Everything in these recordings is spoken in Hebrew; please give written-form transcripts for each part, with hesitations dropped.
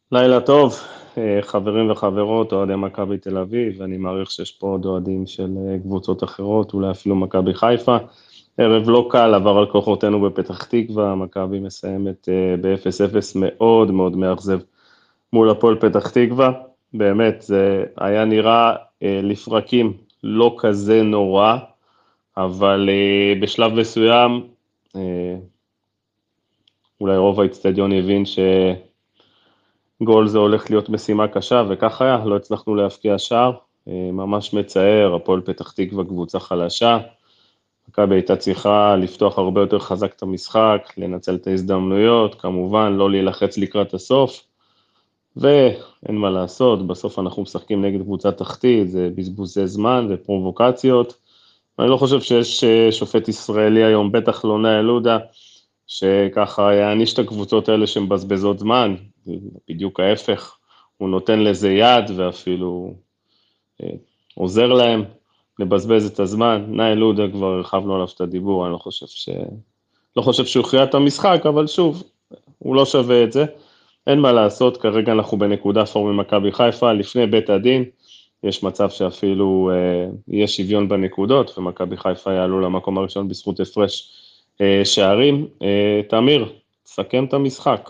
לילה טוב, חברים וחברות, אוהדי מכבי תל אביב, אני מעריך שיש פה עוד אוהדים של קבוצות אחרות, אולי אפילו מכבי חיפה. ערב לא קל עבר על כוחותינו בפתח תקווה, מכבי מסיימת ב-0-0 מאוד מאוד מאכזב מול הפועל פתח תקווה. באמת, זה היה נראה לפרקים לא כזה נורא, אבל בשלב מסוים, אה, אולי רוב האצטדיון הבין גול זה הולך להיות משימה קשה, וכך היה, לא הצלחנו להפקיע שער, ממש מצער, הפועל פתח תקווה קבוצה חלשה, מכבי הייתה צריכה לפתוח הרבה יותר חזק את המשחק, לנצל את ההזדמנויות, כמובן לא להילחץ לקראת הסוף, ואין מה לעשות, בסוף אנחנו משחקים נגד קבוצה תחתית, זה בזבוזי זמן ופרובוקציות, אני לא חושב שיש שופט ישראלי היום, בטח לא נאי לודה, שככה יעניש את הקבוצות האלה שמבזבזות זמן, בדיוק ההפך, הוא נותן לזה יד ואפילו אה, עוזר להם לבזבז את הזמן. נאי לודה כבר הרחבנו עליו את הדיבור, אני לא חושב שהוא הכריע את המשחק, אבל שוב, הוא לא שווה את זה, אין מה לעשות, כרגע אנחנו בנקודה פורמי מכבי חיפה, לפני בית הדין, יש מצב שאפילו יהיה שוויון בנקודות, ומכבי חיפה יעלו למקום הראשון בזכות הפרש שערים. תמיר, תסכם את המשחק.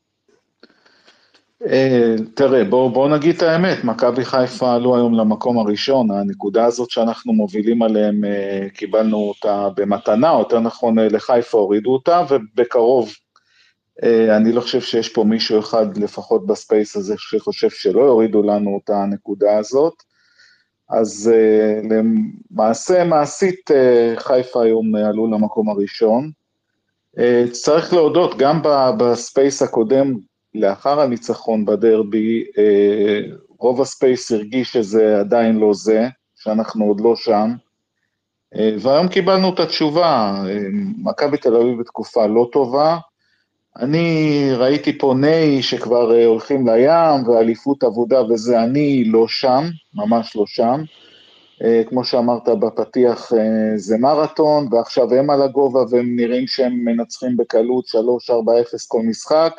תראה, בוא נגיד את האמת, מכבי חיפה עלו היום למקום הראשון, הנקודה הזאת שאנחנו מובילים עליהם, קיבלנו אותה במתנה, או יותר נכון לחיפה הורידו אותה, ובקרוב, אני לא חושב שיש פה מישהו אחד לפחות בספייס הזה שחושב שלא יורידו לנו את הנקודה הזאת, אז למעשה מעשית חיפה היום עלו למקום הראשון, צריך להודות, גם בספייס הקודם, לאחר הניצחון בדרבי, רוב הספייס הרגיש שזה עדיין לא זה, שאנחנו עוד לא שם, והיום קיבלנו את התשובה, מכבי תל אביב בתקופה לא טובה, אני ראיתי פה ני שכבר הולכים לים, ואליפות עבודה וזה, אני לא שם, ממש לא שם, כמו שאמרת בפתיח, זה מרתון, ועכשיו הם על הגובה, והם נראים שהם מנצחים בקלות 3-4-0 כל משחק,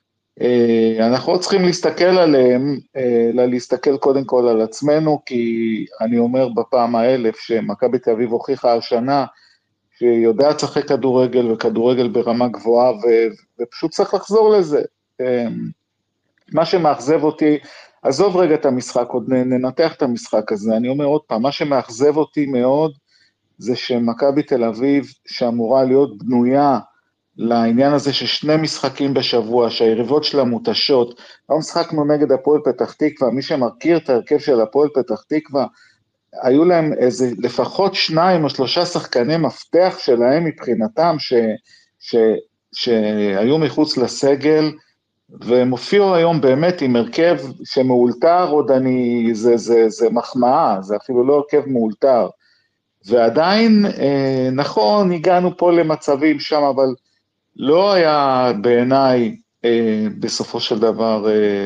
אנחנו לא צריכים להסתכל עליהם, אלא להסתכל קודם כל על עצמנו, כי אני אומר בפעם האלף, שמכבי תל אביב הוכיחה השנה, שיודע לשחק כדורגל, וכדורגל ברמה גבוהה, ופשוט צריך לחזור לזה. מה שמאכזב אותי, עזוב רגע את המשחק, עוד ננתח את המשחק הזה, אני אומר עוד פעם, מה שמאכזב אותי מאוד, זה שמכבי תל אביב, שאמורה להיות בנויה לעניין הזה ששני משחקים בשבוע, שהיריבות שלה מותשות, לא משחקנו נגד הפועל פתח תקווה, מי שמכיר את ההרכב של הפועל פתח תקווה, היו להם איזה לפחות 2 או 3 שחקני מפתח שלהם מבחינתם, ש, שהיו מחוץ לסגל, והם הופיעו היום באמת עם הרכב שמאולתר, עוד זה מחמאה, זה אפילו לא הרכב מאולתר, ועדיין, נכון, הגענו פה למצבים שם, אבל לא היה בעיניי, בסופו של דבר,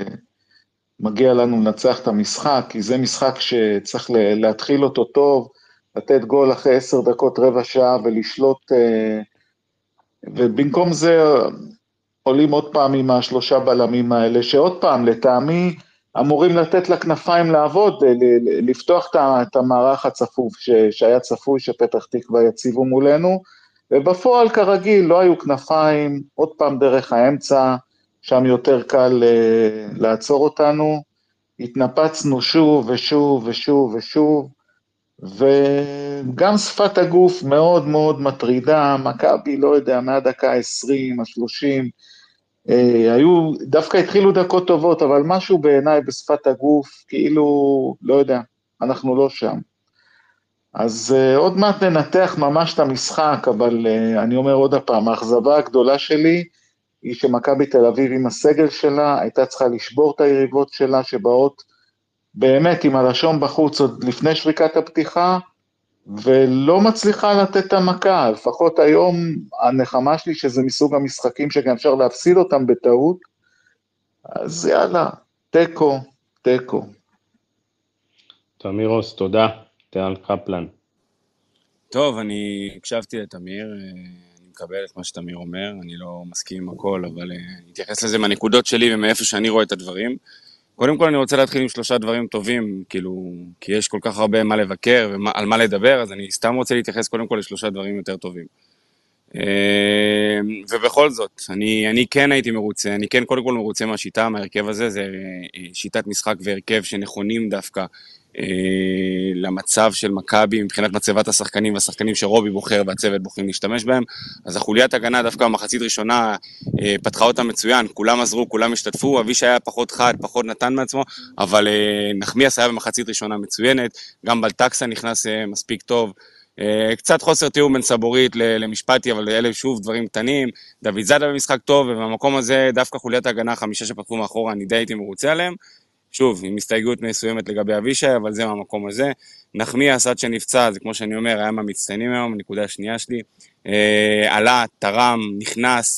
מגיע לנו לנצח את המשחק, כי זה משחק שצריך להתחיל אותו טוב, לתת גול אחרי 10 דקות, רבע שעה, ולשלוט, ובמקום זה עולים עוד פעם עם השלושה בלמים האלה, שעוד פעם, לטעמי, אמורים לתת לכנפיים לעבוד, לפתוח את המערך הצפוף, שהיה צפוי שפתח תקווה יציבו מולנו, ובפועל כרגיל לא היו כנפיים, עוד פעם דרך האמצע, שם יותר קל לעצור אותנו, התנפצנו שוב ושוב ושוב ושוב, וגם שפת הגוף מאוד מאוד מטרידה, מכבי לא יודע, מהדקה 20, ה-30, דווקא התחילו דקות טובות, אבל משהו בעיניי בשפת הגוף, כאילו, לא יודע, אנחנו לא שם. אז עוד מעט ננתח ממש את המשחק, אבל אני אומר עוד הפעם, האכזבה הגדולה שלי, היא שמכבי תל אביב עם הסגל שלה, הייתה צריכה לשבור את היריבות שלה, שבאות באמת עם הלשון בחוץ, עוד לפני שריקת הפתיחה, ולא מצליחה לתת את המכה, לפחות היום הנחמה שלי שזה מסוג המשחקים שגם אפשר להפסיד אותם בטעות, אז יאללה, תיקו, תיקו. תמירוס, תודה, טל קפלן. טוב, אני הקשבתי לתמיר, אני מקבל את מה שתמיר אומר, אני לא מסכים עם הכל, אבל אני אתייחס לזה מהנקודות שלי ומאיפה שאני רואה את הדברים. קודם כל אני רוצה להתחיל עם 3 דברים טובים, כאילו, כי יש כל כך הרבה מה לבקר ועל מה לדבר, אז אני סתם רוצה להתייחס קודם כל ל3 דברים יותר טובים. ובכל זאת, אני כן הייתי מרוצה, אני כן קודם כל מרוצה מהשיטה, מהרכב הזה, זה שיטת משחק והרכב שנכונים דווקא למצב של מכבי, מבחינת מצבת השחקנים והשחקנים שרובי בוחר והצוות בוחרים להשתמש בהם, אז החוליית הגנה דווקא במחצית ראשונה פתחה אותה מצוין, כולם עזרו, כולם השתתפו, אבישי היה פחות חד, פחות נתן מעצמו, אבל נחמיאס היה במחצית ראשונה מצוינת, גם בלטקסה נכנס מספיק טוב, קצת חוסר תיאום בין סבורית למשפטי, אבל אלה שוב דברים קטנים, דוד זאדה במשחק טוב, ובמקום הזה דווקא חוליית ההגנה 5 שפתחו מאחורה, אני די הייתי מרוצה עליהם, שוב, עם הסתייגות מסוימת לגבי אבישי, אבל זה מהמקום הזה, נחמיאס עד שנפצע, זה כמו שאני אומר, היה מהמצטיינים היום, הנקודה השנייה שלי, עלה, תרם, נכנס,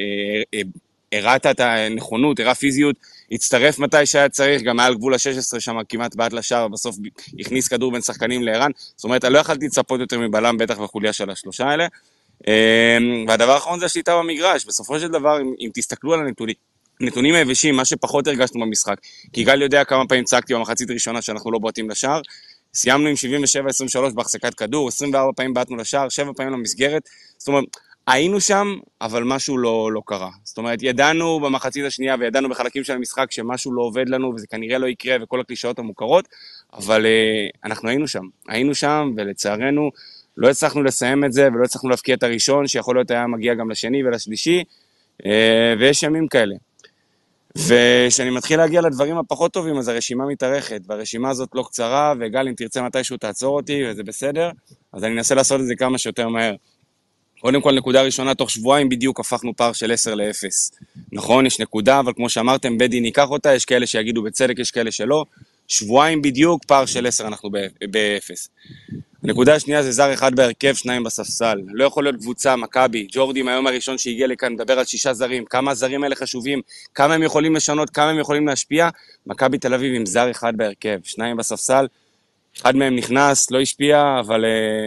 הראת את הנכונות, הראה פיזיות, הצטרף מתי שהיה צריך, גם מעל גבול ה-16 שם כמעט בעט לשער, בסוף הכניס כדור בין שחקנים לערן, זאת אומרת, אני לא יכלתי לצפות יותר מבלם, בטח בחוליה של ה3 האלה, והדבר האחרון זה השליטה במגרש, בסופו של דבר, אם תסתכלו על הנתונים היבשים, מה שפחות הרגשנו במשחק, כי גל יודע כמה פעמים צעקתי במחצית הראשונה שאנחנו לא בועטים לשער, סיימנו עם 77-23 בהחזקת כדור, 24 פעמים בעטנו לשער, 7 פעמים למסגרת, זאת אומרת, היינו שם, אבל משהו לא קרה. זאת אומרת, ידענו במחצית השנייה, וידענו בחלקים של המשחק, שמשהו לא עובד לנו, וזה כנראה לא יקרה, וכל הקלישאות המוכרות, אבל אנחנו היינו שם, ולצערנו, לא הצלחנו לסיים את זה, ולא הצלחנו להפקיע את הראשון, שיכול להיות היה מגיע גם לשני ולשלישי, ויש ימים כאלה. ושאני מתחיל להגיע לדברים הפחות טובים, אז הרשימה מתארכת, והרשימה הזאת לא קצרה, וגל, אם תרצה מתישהו תעצור אותי, וזה בסדר, אז אני אנסה לעשות את זה כמה שיותר מהר. קודם כל, נקודה ראשונה, תוך שבועיים בדיוק הפכנו פער של 10-0. נכון, יש נקודה, אבל כמו שאמרתם, בדי ניקח אותה, יש כאלה שיגידו בצדק, יש כאלה שלא. שבועיים בדיוק, פער של 10 אנחנו ב-0. הנקודה השנייה זה זר אחד בהרכב, 2 בספסל. לא יכול להיות קבוצה, מכבי, ג'ורדי מהיום הראשון שהגיע לכאן, מדבר על 6 זרים, כמה הזרים האלה חשובים, כמה הם יכולים לשנות, כמה הם יכולים להשפיע. מכבי תל אביב עם זר אחד בהרכב, 2 בספסל, אחד מהם נכנס, לא השפיע, אבל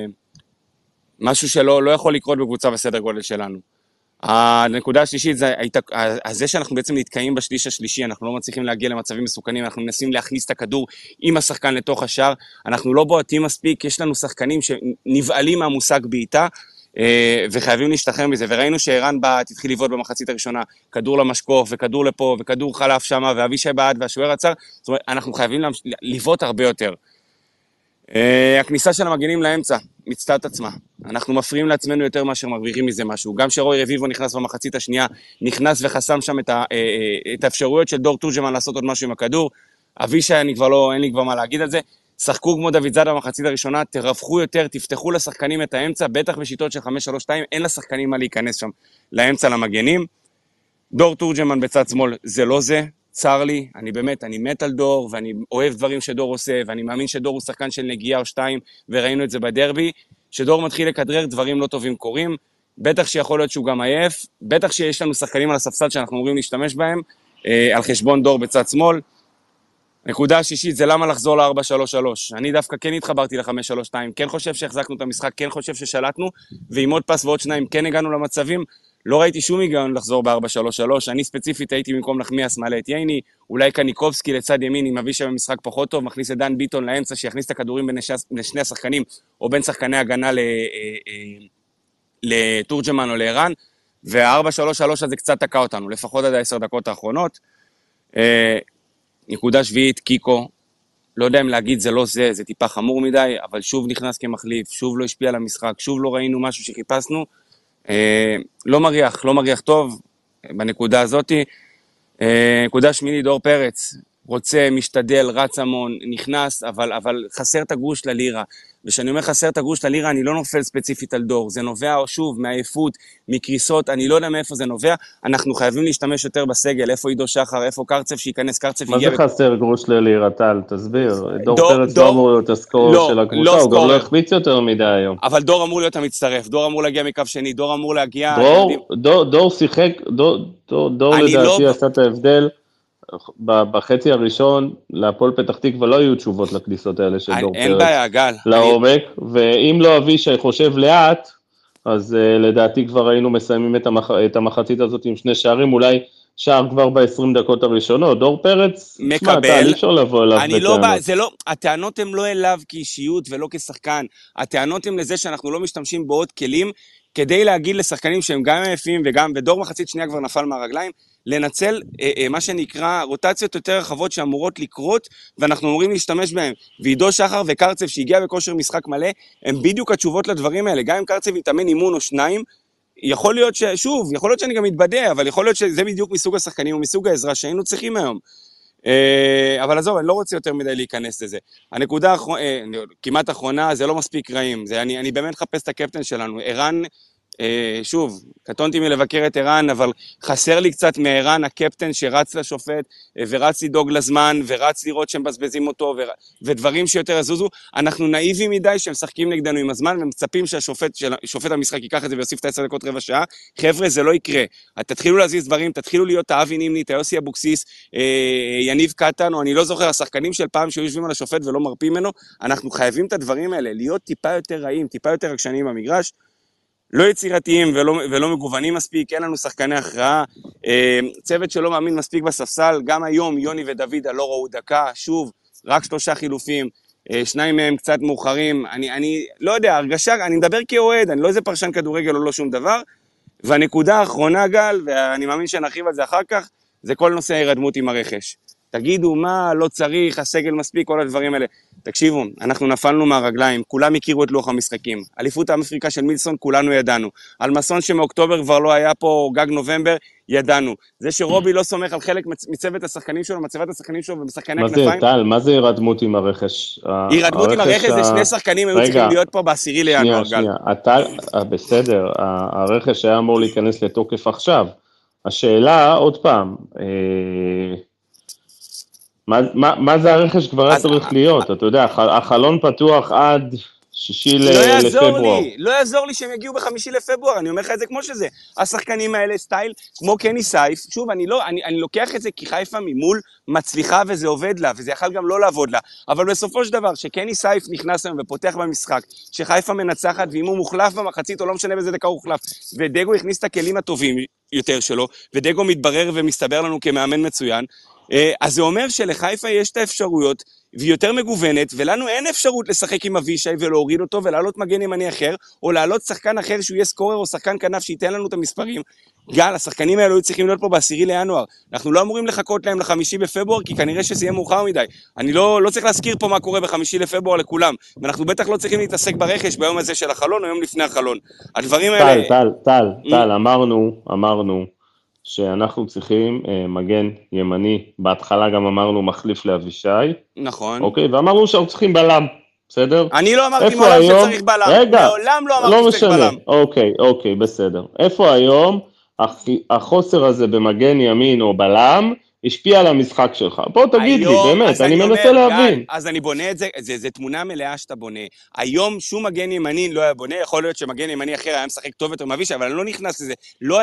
משהו שלא יכול לקרות בקבוצה בסדר גודל שלנו. הנקודה השלישית זה שאנחנו בעצם נתקעים בשליש השלישי, אנחנו לא מצליחים להגיע למצבים מסוכנים, אנחנו מנסים להכניס את הכדור עם השחקן לתוך השאר, אנחנו לא בועטים מספיק, יש לנו שחקנים שנבעלים מהמושג בעיטה, וחייבים להשתחרר מזה, וראינו שערן בעט, התחיל לבעוט במחצית הראשונה, כדור למשקוף, וכדור לפה, וכדור חלף שמה, ואבישי בעט, והשוער עצר, זאת אומרת, אנחנו חייבים לבעוט הרבה יותר. הכניסה של המגנים לאמצע, מצטעת את עצמה. אנחנו מפריעים לעצמנו יותר מאשר מרוויחים מזה משהו. גם שרוי רביבו נכנס במחצית השנייה, נכנס וחסם שם את האפשרויות של דור תורג'מן לעשות עוד משהו עם הכדור. אבישי, אין לי כבר מה להגיד על זה. שחקו כמו דוד זאדה במחצית הראשונה, תרווחו יותר, תפתחו לשחקנים את האמצע, בטח בשיטות של 5-3-2, אין לשחקנים מה להיכנס שם לאמצע למגנים. דור תורג'מן בצד שמאל, זה לא זה. צר לי, אני מת על דור, ואני אוהב דברים שדור עושה, ואני מאמין שדור הוא שחקן של נגיעה או 2, וראינו את זה בדרבי, שדור מתחיל לכדרר, דברים לא טובים קורים, בטח שיכול להיות שהוא גם עייף, בטח שיש לנו שחקנים על הספסל שאנחנו אמורים להשתמש בהם, על חשבון דור בצד שמאל. נקודה השישית זה למה לחזור ל-4-3-3. אני דווקא כן התחברתי ל-5-3-2, כן חושב שהחזקנו את המשחק, כן חושב ששלטנו, ועם עוד פס ועוד 2 כן הגענו למצבים, לא ראיתי שום היגיון לחזור ב-4-3-3, אני ספציפית הייתי במקום נחמיאס מעלה את ייני, אולי קניקובסקי לצד ימין עם אבישי במשחק פחות טוב, מכניס את דן ביטון לאמצע שיכניס את הכדורים בין שני השחקנים, או בין שחקני הגנה לתורג'מן או לערן, וה-4-3-3 הזה קצת תקע אותנו, לפחות עד 10 דקות האחרונות. נקודה שביעית, קיקו, לא יודע אם להגיד זה לא זה טיפה חמור מדי, אבל שוב נכנס כמחליף, שוב לא השפיע על המשחק, שוב לא ראינו משהו שחיפשנו, לא מריח טוב בנקודה הזאת. נקודה שמינית, דור פרץ, רוצה, משתדל, רץ המון, נכנס, אבל חסר את הגרוש ללירה. ושאני אומר חסר את הגרוש ללירה, אני לא נופל ספציפית על דור. זה נובע, שוב, מעייפות, מקריסות, אני לא יודע מאיפה זה נובע. אנחנו חייבים להשתמש יותר בסגל. איפה עידו שחר, איפה קרצב שייכנס, קרצב הגיע... מה זה חסר גרוש ללירה, טל? תסביר. דור פרץ לא אמור להיות הסקור של הקבוצה, הוא גם לא החמיץ יותר מדי היום. אבל דור אמור להיות המצטרף, דור אמור להגיע מקו שני, דור אמור להגיע... דור שיחק, דור לדעתי עשה את ההבדל. בחצי הראשון, להפועל פתח תקווה לא היו תשובות לכניסות האלה של דור פרץ. אין בעיה, גל. לעומק, ואם לא אבישי חושב לאט, אז לדעתי כבר היינו מסיימים את המחצית הזאת עם 2 שערים, אולי שער כבר ב-20 דקות הראשונות. דור פרץ, תשמע, טל, אי אפשר לבוא אליו בטענות. הטענות הן לא אליו כאישיות ולא כשחקן, הטענות הן לזה שאנחנו לא משתמשים בעוד כלים, כדי להגיד לשחקנים שהם גם יפים ודור מחצית שנייה כבר נפל מהרגליים, לנצל מה שנקרא רוטציות יותר רחבות שאמורות לקרות, ואנחנו אמורים להשתמש בהם. ועידו שחר וקרצב שהגיע בכושר משחק מלא, הם בדיוק התשובות לדברים האלה. גם אם קרצב יתאמן אימון או 2, יכול להיות יכול להיות שאני גם מתבדע, אבל יכול להיות שזה בדיוק מסוג השחקנים ומסוג העזרה שהיינו צריכים היום. אבל עזוב, אני לא רוצה יותר מדי להיכנס לזה. הנקודה כמעט אחרונה, זה לא מספיק רעים. אני באמת חפש את הקפטן שלנו. ערן, שוב, קטונתי מלבקר את ערן, אבל חסר לי קצת מערן הקפטן שרץ לשופט, ורץ לדאוג לזמן, ורץ לראות שהם מבזבזים אותו, ודברים שיותר יזוזו. אנחנו נאיבים מדי שהם משחקים נגדנו עם הזמן, ומצפים ששופט המשחק ייקח את זה ויוסיף את 10 דקות רבע שעה. חבר'ה, זה לא יקרה. תתחילו להזיז דברים, תתחילו להיות האבי נימני, את היוסי אבוקסיס, יניב קטן, או אני לא זוכר, השחקנים של פעם שיושבים על השופט ולא מרפים ממנו. אנחנו חייבים את הדברים האלה, להיות טיפה יותר רעים, טיפה יותר רגשניים במגרש. לא יצירתיים ולא מגוונים מספיק, אין לנו שחקני הכרעה, צוות שלא מאמין מספיק בספסל, גם היום יוני ודוד לא ראו דקה, שוב, רק 3 חילופים, 2 מהם קצת מאוחרים, אני לא יודע, הרגשה, אני מדבר כאוהד, אני לא איזה פרשן כדורגל או לא שום דבר, והנקודה האחרונה גל, ואני מאמין שנרחיב על זה אחר כך, זה כל נושא ההירדמות עם הרכש. תגידו מה, לא צריך, הסגל מספיק, כל הדברים האלה. תקשיבו, אנחנו נפלנו מהרגליים, כולם הכירו את לוח המשחקים. אליפות האפריקה של מילסון, כולנו ידענו. על מסון שמאוקטובר כבר לא היה פה, גג נובמבר, ידענו. זה שרובי לא סומך על חלק מצוות השחקנים שלו, מצוות השחקנים שלו ומשחקני הכנפיים. מה זה, טל, מה זה הירדמות עם הרכש? הירדמות עם הרכש זה 2 שחקנים היו צריכים להיות פה ב10 לינואר, גל. שנייה, בסדר, הרכש היה אמור להיכנס לתוקף עכשיו. השאלה, עוד פעם, מה זה הרכש כבר היה צריך להיות? אתה יודע, החלון פתוח עד 6 לפברואר. לא יעזור לי שהם יגיעו ב5 לפברואר, אני אומר לך את זה כמו שזה. השחקנים האלה סטייל, כמו קני סייף, שוב, אני לוקח את זה כי חיפה ממול מצליחה וזה עובד לה, וזה יכול גם לא לעבוד לה. אבל בסופו של דבר, שקני סייף נכנס היום ופותח במשחק, שחיפה מנצחת, ואם הוא מוחלף במחצית, או לא משנה באיזה דקה הוא מוחלף, ודגו הכניס את הכלים הטובים יותר שלו, ודגו מתברר ומסתבר לנו כמאמן מצוין, אז זה אומר שלחיפה יש את האפשרויות, והיא יותר מגוונת, ולנו אין אפשרות לשחק עם אבישי ולהוריד אותו, ולעלות מגן ימני אחר, או לעלות שחקן אחר שהוא יהיה סקורר, או שחקן כנף שייתן לנו את המספרים. גל, השחקנים האלו צריכים להיות פה ב10 לינואר. אנחנו לא אמורים לחכות להם ל5 בפברואר, כי כנראה שזה יהיה מאוחר מדי. אני לא צריך להזכיר פה מה קורה ב5 לפברואר לכולם, ואנחנו בטח לא צריכים להתעסק ברכש ביום הזה של החלון, או יום לפני החלון. הדברים האלה... טל, אמרנו שאנחנו צריכים מגן ימני, בהתחלה גם אמרנו מחליף לאבישי. נכון. אוקיי, ואמרנו שאנחנו צריכים בלם, בסדר? אני לא אמרתי מעולם שצריך בלם. רגע, מעולם לא אמרתי שצריך בלם. אוקיי, בסדר. איפה היום החוסר הזה במגן ימין או בלם, השפיע על המשחק שלך? בוא תגיד לי, באמת, אני מנסה להבין. אז אני בונה את זה, זה תמונה מלאה שאתה בונה. היום שום מגן ימני לא היה בונה, יכול להיות שמגן ימני אחר היה משחק טוב יותר מאבישי, אבל אני לא נכנס לזה. לא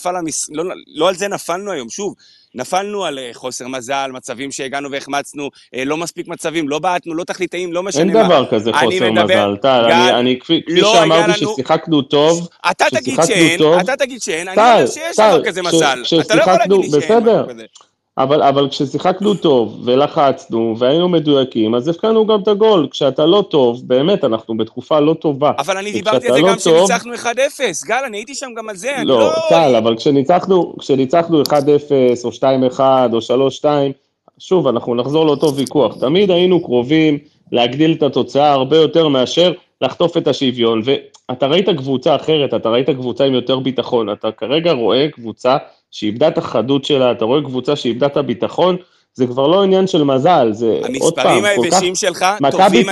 על זה נפלנו היום, שוב. נפלנו על חוסר מזל, מצבים שהגענו והחמצנו, לא מספיק מצבים, לא בעטנו, לא תכליתאים, לא משנה מה. אין דבר כזה חוסר מזל, טל, כפי שאמרתי ששיחקנו טוב, אתה תגיד שאין, אני אומר שיש דבר כזה מזל. אתה לא יכול להגיד לי שאין. אבל כששיחקנו טוב ולחצנו והיינו מדויקים, אז הפקענו גם את הגול. כשאתה לא טוב, באמת אנחנו בתקופה לא טובה. אבל אני דיברתי על זה גם כשניצחנו 1-0, גל, אני הייתי שם גם על זה. לא, טל, אבל כשניצחנו 1-0 או 2-1 או 3-2, שוב, אנחנו נחזור לאותו ויכוח. תמיד היינו קרובים להגדיל את התוצאה הרבה יותר מאשר לחטוף את השוויון, ואתה ראית קבוצה אחרת, אתה ראית קבוצה עם יותר ביטחון, אתה כרגע רואה קבוצה שאיבדה את החדות שלה, אתה רואה קבוצה שאיבדה את הביטחון, זה כבר לא עניין של מזל, זה עוד פעם, המספרים היבשים שלך מכבי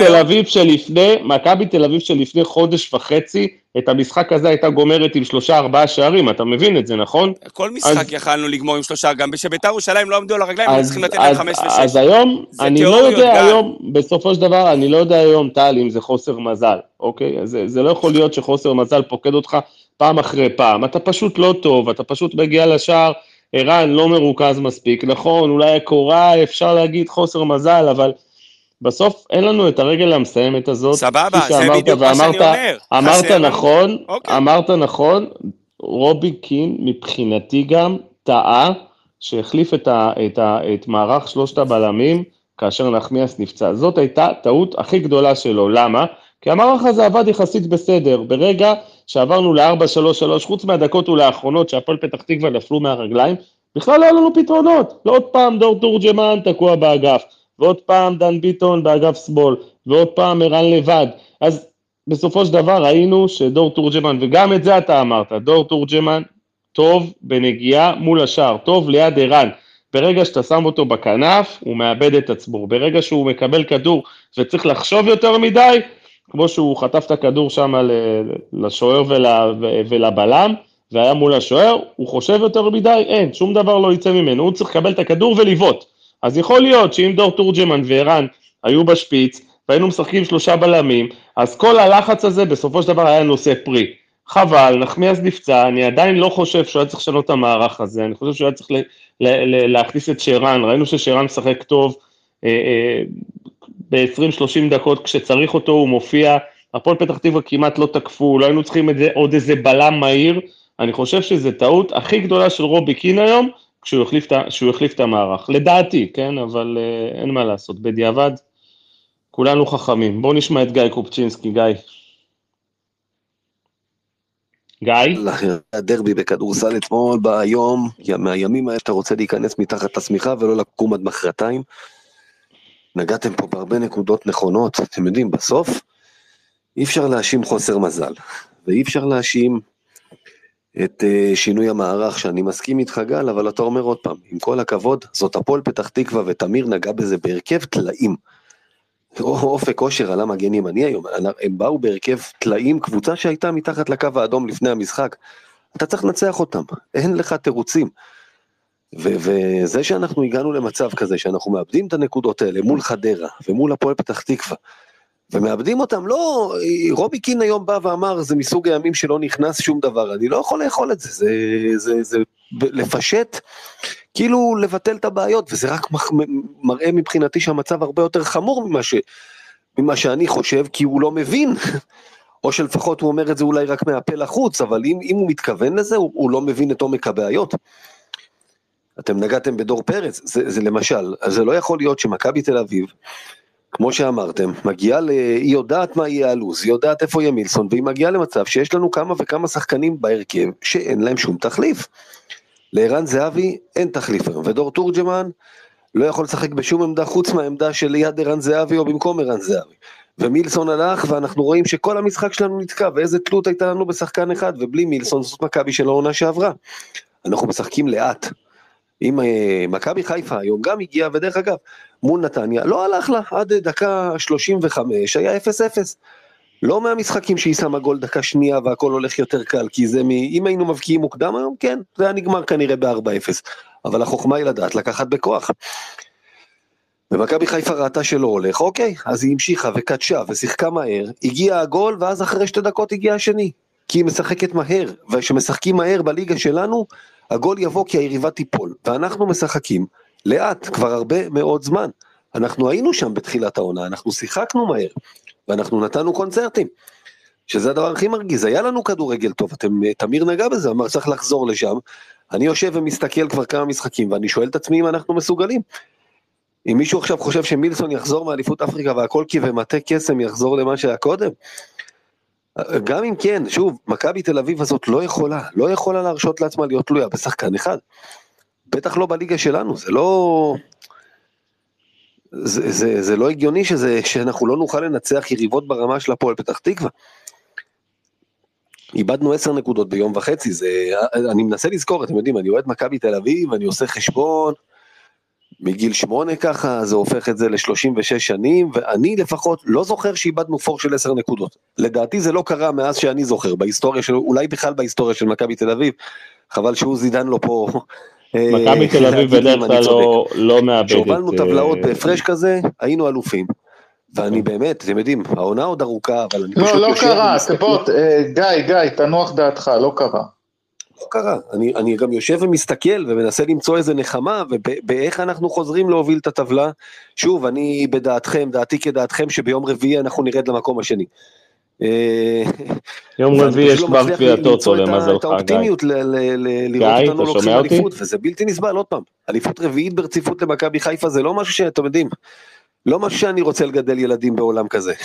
תל אביב שלפני חודש וחצי, את המשחק הזה הייתה גומרת עם 3-4 שערים, אתה מבין את זה, נכון? כל משחק יכלנו לגמור עם 3, גם בשביתר ירושלים לא עמדו על הרגליים, הם צריכים לתת להם 5 ו-6. אז היום, אני לא יודע היום, בסופו של דבר, אני לא יודע היום, טל, אם זה חוסר מזל, אוקיי? זה לא יכול להיות שחוסר מזל פוקד אותך פעם אחרי פעם, אתה פשוט לא טוב, אתה פשוט מגיע לשער, ערן לא מרוכז מספיק, נכון, אולי הקורה, אפשר להגיד חוסר מזל, אבל בסוף אין לנו את הרגל המסיימת הזאת. סבבה, זה בדיוק מה שאני אומר. אמרת נכון, רובי קין מבחינתי גם טעה, שהחליף את מערך שלושת הבלמים, כאשר נחמיאס נפצע. זאת הייתה טעות הכי גדולה שלו. למה? כי המערך הזה עבד יחסית בסדר. ברגע שעברנו ל-4-3-3, חוץ מהדקות ולאחרונות שהפועל פתח תקווה נפלו מהרגליים, בכלל לא היה לנו פתרונות. לא עוד פעם דור תורג'מן תקוע באגף, ועוד פעם דן ביטון באגף שמאל, ועוד פעם ערן לבד. אז בסופו של דבר ראינו שדור תורג'מן, וגם את זה אתה אמרת, דור תורג'מן טוב בנגיעה מול השאר, טוב ליד ערן. ברגע שאתה שם אותו בכנף, הוא מאבד את עצמו. ברגע שהוא מקבל כדור וצריך לחשוב יותר מדי, כמו שהוא חטף את הכדור שם לשוער ולבלם, והיה מול השוער, הוא חושב יותר מדי, אין, שום דבר לא יצא ממנו, הוא צריך לקבל את הכדור ולבעוט. אז יכול להיות שאם דור תורג'מן וערן היו בשפיץ, והיינו משחקים 3 בלמים, אז כל הלחץ הזה בסופו של דבר היה נושא פרי. חבל, נחמיאס נפצע, אני עדיין לא חושב שהוא היה צריך לשנות את המערך הזה, אני חושב שהוא היה צריך להכניס את שרן, ראינו ששרן משחק טוב, ב-20-30 דקות כשצריך אותו הוא מופיע, הפועל פתח תקווה כמעט לא תקפו, לא היינו צריכים עוד איזה בלם מהיר, אני חושב שזו טעות הכי גדולה של רובי קין היום, כשהוא החליף את המערך, לדעתי, כן, אבל אין מה לעשות, בדיעבד, כולנו חכמים. בואו נשמע את גיא קופצ'ינסקי. גיא? הדרבי בכדורסל אתמול ביום, מהימים האלה אתה רוצה להיכנס מתחת לשמיכה ולא לקום עד מחרתיים, נגעתם פה בהרבה נקודות נכונות, אתם יודעים, בסוף אי אפשר להאשים חוסר מזל, ואי אפשר להאשים את שינוי המערך, שאני מסכים איתך גל, אבל אתה אומר עוד פעם, עם כל הכבוד, זאת הפועל פתח תקווה ותמיר נגע בזה בהרכב תלאים, אופק אושר על המגנים, אני היום, הם באו בהרכב תלאים, קבוצה שהייתה מתחת לקו האדום לפני המשחק, אתה צריך לנצח אותם, אין לך תירוצים, וזה שאנחנו הגענו למצב כזה, שאנחנו מאבדים את הנקודות האלה מול חדרה, ומול הפועל פתח תקווה, ומאבדים אותם, לא, רובי קין היום בא ואמר, זה מסוג הימים שלא נכנס שום דבר, אני לא יכול לאכול את זה, זה לפשט, כאילו לבטל את הבעיות, וזה רק מראה מבחינתי שהמצב הרבה יותר חמור ממה שאני חושב, כי הוא לא מבין, או שלפחות הוא אומר את זה אולי רק מהפה לחוץ, אבל אם הוא מתכוון לזה, הוא לא מבין את עומק הבעיות. אתם נגעתם בדור פרץ, זה למשל, אז זה לא יכול להיות שמכבי תל אביב, כמו שאמרתם, מגיעה היא יודעת מה יהיה הלוז, היא יודעת איפה יהיה מילסון, והיא מגיעה למצב שיש לנו כמה וכמה שחקנים בהרכב, שאין להם שום תחליף. לערן זהבי אין תחליף היום, ודור תורג'מן לא יכול לשחק בשום עמדה חוץ מהעמדה של ליד ערן זהבי או במקום ערן זהבי. ומילסון הלך, ואנחנו רואים שכל המשחק שלנו נתקע, ואיזה תלות הייתה לנו בשחקן אחד, ובלי מילסון זאת מכבי של העונה שעברה. אנחנו משחקים לאט. עם מכבי חיפה היום גם הגיע, ודרך אגב, מול נתניה, לא הלך לה, עד דקה 35, היה 0-0. לא מהמשחקים שהיא שמה גול דקה שנייה, והכל הולך יותר קל, כי זה אם היינו מבקיעים מוקדם היום, כן, זה היה נגמר כנראה ב-4-0, אבל החוכמה היא לדעת, לקחת בכוח. ומכבי חיפה ראתה שלא הולך, אוקיי, אז היא המשיכה וקדשה ושיחקה מהר, הגיע הגול, ואז אחרי 2 דקות הגיע השני, כי היא משחקת מהר, וכשמשחקים מהר בליגה שלנו, הגול יבוא כי היריבה תיפול, ואנחנו משחקים לאט, כבר הרבה מאוד זמן, אנחנו היינו שם בתחילת העונה, אנחנו שיחקנו מהר, ואנחנו נתנו קונצרטים, שזה הדבר הכי מרגיז, היה לנו כדורגל טוב, תמיר נגע בזה, אמר צריך לחזור לשם, אני יושב ומסתכל כבר כמה משחקים, ואני שואל את עצמי אם אנחנו מסוגלים, אם מישהו עכשיו חושב שמילסון יחזור מאליפות אפריקה, והכל כי ומטה קסם יחזור למה שהיה קודם, גם אם כן, שוב, מכבי תל אביב הזאת לא יכולה להרשות לעצמה להיות תלויה בשחקן אחד, בטח לא בליגה שלנו, זה לא הגיוני שאנחנו לא נוכל לנצח יריבות ברמה של הפועל פתח תקווה. איבדנו 10 נקודות ביום וחצי, אני מנסה לזכור, אתם יודעים, אני רואה את מכבי תל אביב, אני עושה חשבון, מגיל 8 ככה, זה הופך את זה ל-36 שנים, ואני לפחות לא זוכר שאיבדנו פור של 10 נקודות. לדעתי זה לא קרה מאז שאני זוכר, בהיסטוריה של, אולי בכלל בהיסטוריה של מכבי תל אביב, חבל שהוא זידן לו פה, מכבי תל אביב בדרך כלל לא מאבדת. שהובלנו טבלאות בהפרש כזה, היינו אלופים. ואני באמת, אתם יודעים, העונה עוד ארוכה, אבל אני פשוט לא קרה, גיא, תנוח דעתך, לא קרה. לא קרה, אני גם יושב ומסתכל ומנסה למצוא איזה נחמה, ובאיך אנחנו חוזרים להוביל את הטבלה, שוב, אני בדעתכם, דעתי כדעתכם, שביום רביעי אנחנו נרד למקום השני. יום רביעי יש כבר גביע טוטו, למזלך, את האופטימיות לראות אותנו לוקחים אליפות, וזה בלתי נסבל, עוד פעם, אליפות רביעית ברציפות למכבי חיפה, זה לא משהו שאתם יודעים, לא משהו שאני רוצה לגדל ילדים בעולם כזה.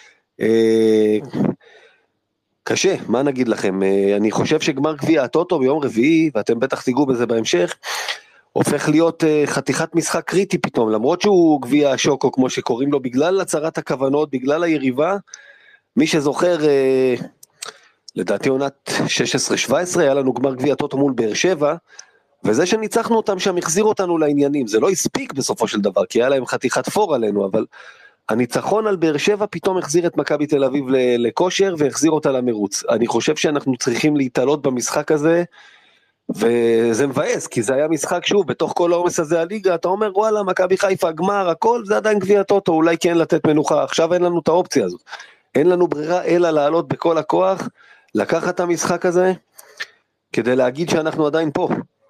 קשה, מה נגיד לכם? אני חושב שגמר גביע הטוטו ביום רביעי, ואתם בטח תיגעו בזה בהמשך, הופך להיות חתיכת משחק קריטי פתאום, למרות שהוא גביע השוקו, כמו שקוראים לו, בגלל הצהרת הכוונות, בגלל היריבה, מי שזוכר, לדעתי עונת 16-17, היה לנו גמר גביע הטוטו מול באר שבע, וזה שניצחנו אותם שם, החזיר אותנו לעניינים, זה לא הספיק בסופו של דבר, כי היה להם חתיכת פור עלינו, אבל הניצחון על באר שבע פתאום החזיר את מכבי תל אביב לכושר, והחזיר אותה למרוץ. אני חושב שאנחנו צריכים להתעלות במשחק הזה, וזה מבאס, כי זה היה משחק שוב, בתוך כל העומס הזה הליגה, אתה אומר, וואלה, מכבי חיפה, גמר, הכל, זה עדיין גביע הטוטו, אולי כן לתת מנוחה, עכשיו אין לנו את האופציה הזאת. אין לנו ברירה אלא לעלות בכל הכוח, לקחת את המשחק הזה, כדי להגיד שאנחנו עדיין פה.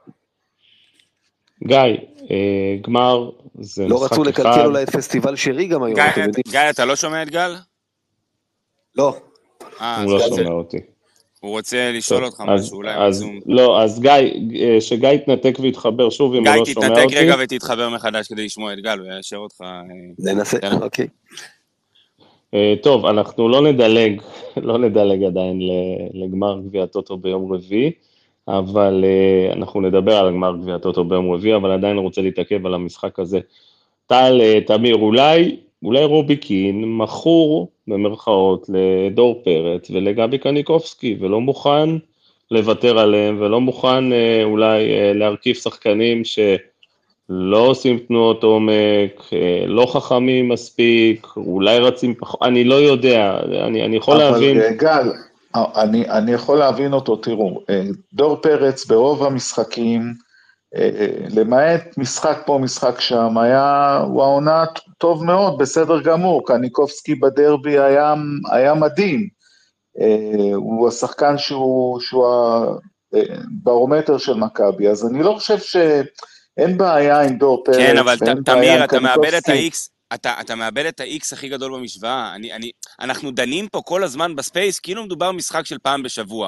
גיא, גמר, זה לא משחק אחד. רצו לקלקל אולי את פסטיבל שרי גם היום, אתם יודעים. גיא, אתה לא שומע את גל? לא. הוא לא שומע אותי. הוא רוצה לשאול אותך משהו, אולי מזום. לא, אז גיא, שגיא יתנתק ויתחבר שוב, אם הוא לא שומע אותי. גיא, תתנתק רגע ותתחבר מחדש כדי לשמוע את גל, הוא יאשר אותך. ננסה, אוקיי. טוב, אנחנו לא נדלג עדיין לגמר גביע הטוטו ביום רביעי, אבל אנחנו נדבר על גמר גביע הטוטו ביום רביעי, אבל עדיין רוצה להתעכב על המשחק הזה. טל, תמיר, אולי רובי קין מכור במרכאות לדור פרץ ולגבי קניקובסקי, ולא מוכן לוותר עליהם, ולא מוכן אולי להרכיב שחקנים שלא עושים תנועות עומק, לא חכמים מספיק, אולי רצים פחות, אני לא יודע, אני יכול להבין. אבל גל, אני יכול להבין אותו, תראו, דור פרץ ברוב המשחקים, למעט משחק פה, משחק שם, הוא העונה טוב מאוד, בסדר גמור, קניקובסקי בדרבי היה מדהים, הוא השחקן שהוא הברומטר של מכבי, אז אני לא חושב שאין בעיה עם דור פרץ, כן, אבל תמיר, אתה מאבד את ה-X, אתה מאבד את ה-X הכי גדול במשוואה, אנחנו דנים פה כל הזמן בספייס, כאילו מדובר משחק של פעם בשבוע,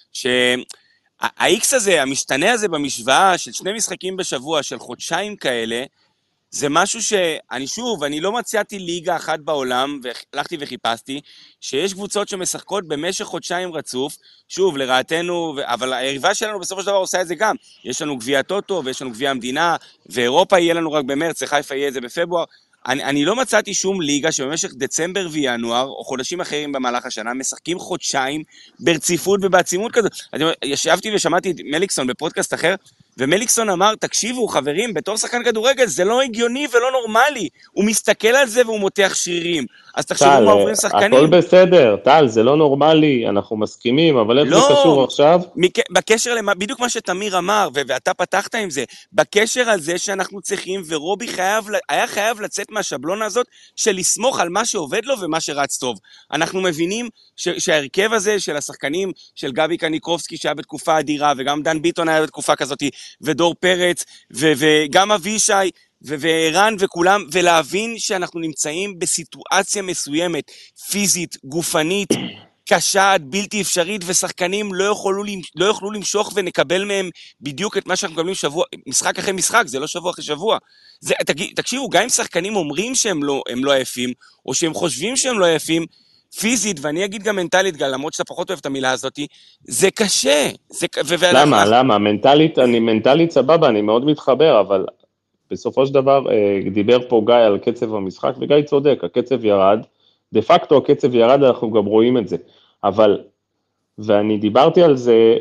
ה-X הזה, המשתנה הזה במשוואה של 2 משחקים בשבוע, של חודשיים כאלה, זה משהו אני לא מצאתי ליגה אחת בעולם, והלכתי וחיפשתי, שיש קבוצות שמשחקות במשך חודשיים רצוף, שוב, לרעתנו, אבל היריבה שלנו בסופו של דבר עושה את זה גם. יש לנו גביע טוטו, ויש לנו גביע המדינה, ואירופה יהיה לנו רק במרץ, חיפה יהיה את זה בפברואר. אני לא מצאתי שום ליגה שבמשך דצמבר וינואר, או חודשים אחרים במהלך השנה, משחקים חודשיים ברציפות ובעצימות כזאת. ישבתי ושמעתי את מליקסון בפודקאסט אחר, ומליקסון אמר, תקשיבו חברים, בתור שחקן כדורגל זה לא הגיוני ולא נורמלי, הוא מסתכל על זה והוא מותח שרירים, אז תחשבו מה עוברים שחקנים. הכל בסדר, טל, זה לא נורמלי, אנחנו מסכימים, אבל איך זה קשור עכשיו? בקשר בדיוק מה שתמיר אמר, ואתה פתחת עם זה, בקשר על זה שאנחנו צריכים, ורובי היה חייב לצאת מהשבלונה הזאת, של לסמוך על מה שעובד לו ומה שרץ טוב. אנחנו מבינים שההרכב הזה של השחקנים, של גבי קניקובסקי שהיה בתקופה אדירה, וגם דן ביטון היה בתקופה כזאת, ודור פרץ, וגם אבישי, וערן וכולם, ולהבין שאנחנו נמצאים בסיטואציה מסוימת, פיזית, גופנית, קשה, בלתי אפשרית, ושחקנים לא יוכלו למשוך ונקבל מהם בדיוק את מה שאנחנו מקבלים משחק אחרי משחק, זה לא שבוע אחרי שבוע. תקשיבו, גם אם שחקנים אומרים שהם לא עייפים, או שהם חושבים שהם לא עייפים, פיזית, ואני אגיד גם מנטלית, למרות שאתה פחות אוהב את המילה הזאת, זה קשה. למה? מנטלית סבבה, אני מאוד מתחבר, אבל בסופו של דבר דיבר פה גיא על קצב המשחק, וגיא צודק, הקצב ירד, דה פקטו הקצב ירד, אנחנו גם רואים את זה, אבל, ואני דיברתי על זה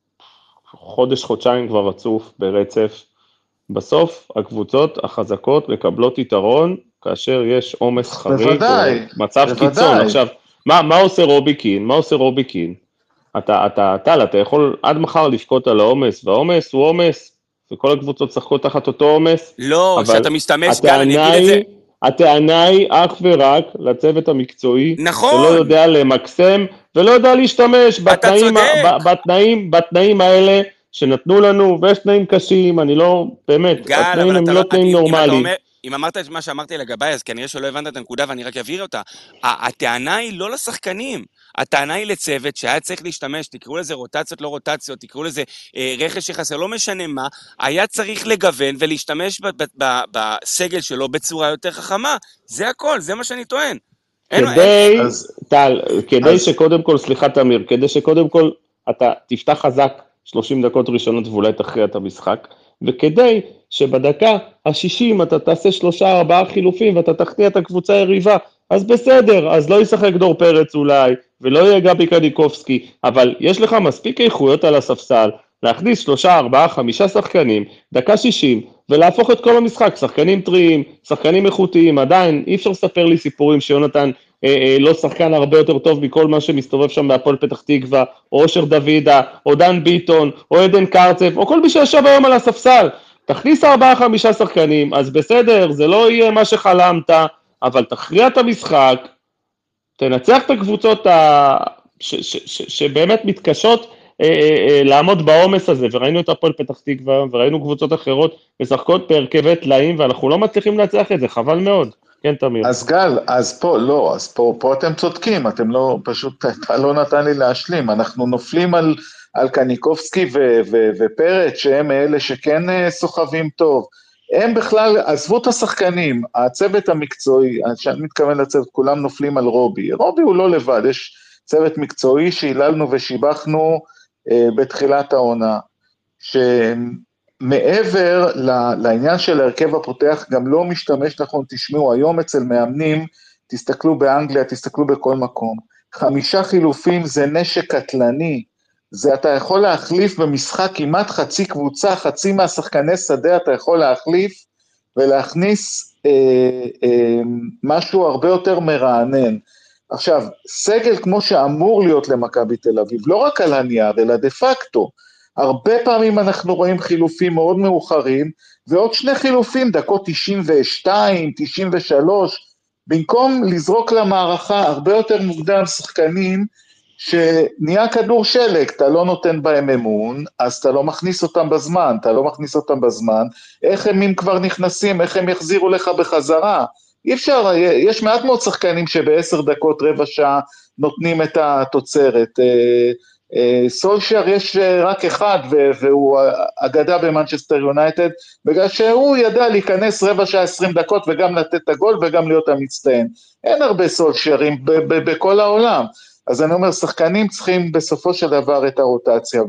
חודשיים כבר רצוף ברצף, בסוף הקבוצות החזקות מקבלות יתרון, כאשר יש עומס חריג, מצב קיצון. עכשיו, מה עושה רובי קין? אתה יכול עד מחר לפקוט על העומס, והעומס הוא עומס, וכל הקבוצות שחקות תחת אותו עומס. לא, שאתה משתמש, גל, אני אגיד את זה. הטענה היא אך ורק לצוות המקצועי, נכון. שלא יודע למקסם ולא יודע להשתמש בתנאים האלה שנתנו לנו, ויש תנאים קשים, אני לא, באמת, התנאים הם לא תנאים נורמליים. אם אמרת את מה שאמרתי לגביי, אז כנראה שלא הבנת את הנקודה, ואני רק אבהיר אותה. הטענה היא לא לשחקנים, הטענה היא לצוות שהיה צריך להשתמש, תקראו לזה רוטציות, לא רוטציות, תקראו לזה רכש שחסר, לא משנה מה, היה צריך לגוון ולהשתמש בסגל שלו בצורה יותר חכמה. זה הכל, זה מה שאני טוען. כדי שקודם כל, סליחה תמיר, כדי שקודם כל אתה תפתח חזק 30 דקות ראשונות ואולי תכריע את המשחק, וכדי שבדקה ה-60 אתה תעשה 3-4 חילופים ואתה תכניע את הקבוצה היריבה, אז בסדר, אז לא ישחק דור פרץ אולי, ולא יהיה גבי קניקובסקי, אבל יש לך מספיק איכויות על הספסל, להכניס 3, 4, 5 שחקנים, דקה 60, ולהפוך את כל המשחק, שחקנים טריים, שחקנים איכותיים, עדיין אי אפשר לספר לי סיפורים שיונתן לא שחקן הרבה יותר טוב מכל מה שמסתובב שם בהפועל פתח תקווה, או אושר דוידה, או דן ביטון, או עדן קרצב, או כל מי שישב היום על הספסל, תכניס 4-5 שחקנים, אז בסדר, זה לא יהיה מה שחלמת, אבל תכריע את המשחק, תנצח את הקבוצות שבאמת מתקשות לעמוד בעומס הזה, וראינו את הפועל פתח תקווה, וראינו קבוצות אחרות משחקות בהרכבי טלאים, ואנחנו לא מצליחים לנצח את זה, חבל מאוד. כן, תמיר. אז גל, אז פה אתם צודקים, אתם לא, פשוט, אתה לא נתן לי להשלים, אנחנו נופלים על קניקובסקי ופרץ, שהם אלה שכן סוחבים טוב, הם בכלל, עזבו את השחקנים, הצוות המקצועי, שאני מתכוון לצוות, כולם נופלים על רובי הוא לא לבד, יש צוות מקצועי שהיללנו ושיבחנו בתחילת העונה, מעבר לעניין של הרכב הפותח, גם לא משתמש נכון, תשמעו, היום אצל מאמנים, תסתכלו באנגליה, תסתכלו בכל מקום, 5 חילופים זה נשק קטלני, זה אתה יכול להחליף במשחק כמעט חצי קבוצה, חצי מהשחקני שדה אתה יכול להחליף, ולהכניס משהו הרבה יותר מרענן. עכשיו, סגל כמו שאמור להיות למכבי תל אביב, לא רק על הנייר, אלא דה פקטו, הרבה פעמים אנחנו רואים חילופים מאוד מאוחרים, ועוד 2 חילופים, דקות 92, 93, במקום לזרוק למערכה הרבה יותר מוקדם שחקנים, שנהיה כדור שלג, אתה לא נותן בהם אמון, אז אתה לא מכניס אותם בזמן, איך הם כבר נכנסים, איך הם יחזירו לך בחזרה, אי אפשר, יש מעט מאוד שחקנים שב10 דקות, רבע שעה, נותנים את התוצרת, סולשר יש רק אחד, והוא אגדה במנצ'סטר יונייטד, בגלל שהוא ידע להיכנס רבע שעה 20 דקות, וגם לתת את הגול, וגם להיות המצטיין, אין הרבה סולשרים בכל העולם, אז אני אומר, שחקנים צריכים בסופו של דבר את הרוטציה,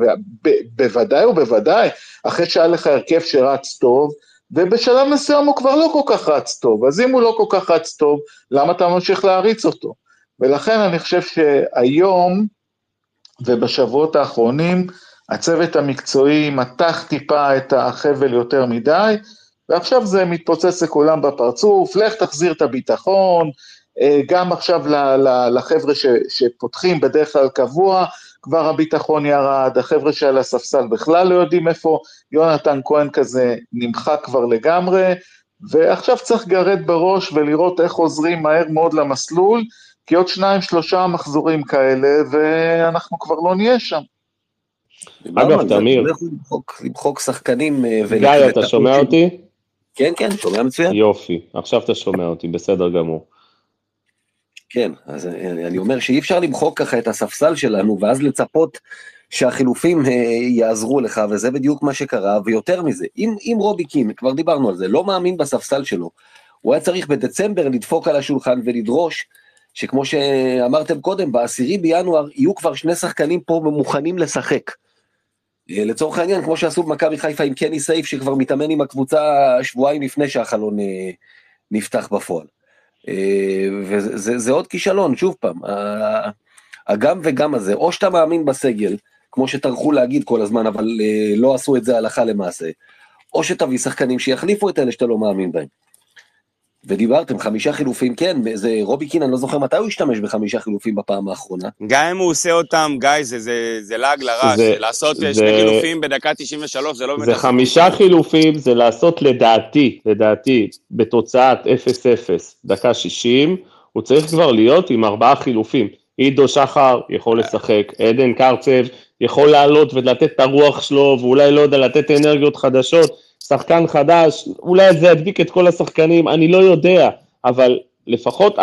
ובוודאי, אחרי שהיה לך הרכב שרץ טוב, ובשלב מסוים הוא כבר לא כל כך רץ טוב, אז אם הוא לא כל כך רץ טוב, למה אתה ממשיך להריץ אותו? ולכן אני חושב שהיום, ובשבועות האחרונים, הצוות המקצועי מתח טיפה את החבל יותר מדי, ועכשיו זה מתפוצץ לכולם בפרצוף, לך תחזיר את הביטחון, גם עכשיו לחבר'ה שפותחים בדרך כלל קבוע, כבר הביטחון ירד, החבר'ה שעל הספסל בכלל לא יודעים איפה, יונתן כהן כזה נמחק כבר לגמרי, ועכשיו צריך גרד בראש ולראות איך עוזרים מהר מאוד למסלול, כי עוד 2-3 מחזורים כאלה, ואנחנו כבר לא נהיה שם. אגב, תמיר. למחוק שחקנים. גיא, אתה שומע אותי? כן, שומע מצוין. יופי, עכשיו אתה שומע אותי, בסדר גמור. כן, אז אני אומר שאי אפשר למחוק ככה את הספסל שלנו, ואז לצפות שהחילופים יעזרו לך, וזה בדיוק מה שקרה, ויותר מזה, אם רובי קין, כבר דיברנו על זה, לא מאמין בספסל שלו, הוא היה צריך בדצמבר לדפוק על השולחן ולדרוש, שכמו שאמרתם קודם, ב10 בינואר יהיו כבר 2 שחקנים פה מוכנים לשחק. לצורך העניין, כמו שעשו במכבי חיפה עם קני סייף, שכבר מתאמן עם הקבוצה שבועיים לפני שהחלון נפתח בפועל. וזה עוד כישלון, שוב פעם, הגם וגם הזה, או שאתה מאמין בסגל, כמו שטרחו להגיד כל הזמן, אבל לא עשו את זה הלכה למעשה, או שתביא שחקנים שיחליפו את אלה שאתה לא מאמין בהם. ודיברתם, 5 חילופים, כן, זה רובי קין, אני לא זוכר מתי הוא השתמש ב5 חילופים בפעם האחרונה. גם אם הוא עושה אותם, גיא, זה לעג לרש, לעשות 2 חילופים בדקה 93, זה לא... זה 5 חילופים, זה לעשות לדעתי, בתוצאת 0-0, דקה 60, הוא צריך כבר להיות עם 4 חילופים, עידו שחר יכול לשחק, עדן קרצב יכול לעלות ולתת את הרוח שלו, ואולי לא יודע, לתת אנרגיות חדשות, שחקן חדש, אולי זה ידביק את כל השחקנים, אני לא יודע, אבל לפחות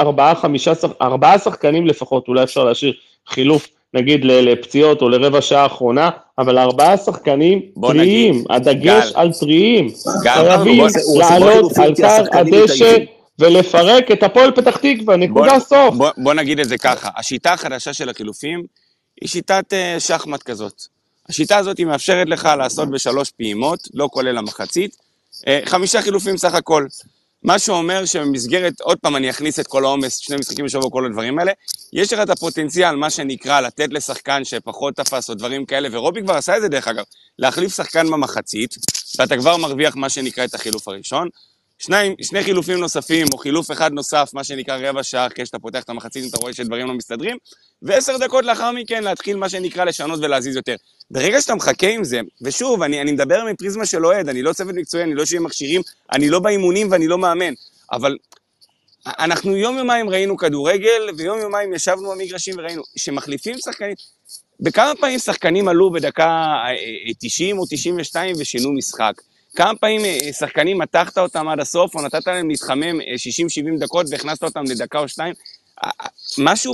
4 שחקנים לפחות, אולי אפשר להשאיר חילוף, נגיד לפציעות או לרבע שעה האחרונה, אבל 4 שחקנים טריים, הדגש על טריים, חייבים לעלות על קר הדשא, ולפרק את הפועל פתח תקווה, נקודה סוף. בוא נגיד את זה ככה, השיטה החדשה של החילופים, היא שיטת שחמט כזאת. השיטה הזאת היא מאפשרת לך לעשות ב3 פעימות, לא כולל המחצית, 5 חילופים סך הכל. מה שאומר שבמסגרת, עוד פעם אני אכניס את כל העומס, 2 משחקים בשבוע, כל הדברים האלה, יש לך את הפוטנציאל, מה שנקרא, לתת לשחקן שפחות תפס או דברים כאלה, ורובי כבר עשה את זה דרך אגב, להחליף שחקן במחצית, ואתה כבר מרוויח מה שנקרא את החילוף הראשון, 2 חילופים נוספים, או חילוף אחד נוסף, מה שנקרא רבע שעה, כשאתה פותח את המחצית, אתה רואה שדברים לא מסתדרים, ו10 דקות לאחר מכן להתחיל מה שנקרא לשנות ולהזיז יותר. ברגע שאתה מחכה עם זה, ושוב, אני מדבר מפריזמה של אוהד, אני לא צוות מקצועי, אני לא שיהיה מכשירים, אני לא באימונים ואני לא מאמן, אבל אנחנו יום-יומיים ראינו כדורגל, ויום-יומיים ישבנו במגרשים וראינו שמחליפים שחקנים, בכמה פעמים שחקנים עלו בדקה 90 או 92 ושינו משחק, כמה פעמים שחקנים מתחת אותם עד הסוף, או נתת להם להתחמם 60-70 דקות, והכנסת אותם לדקה או 2, משהו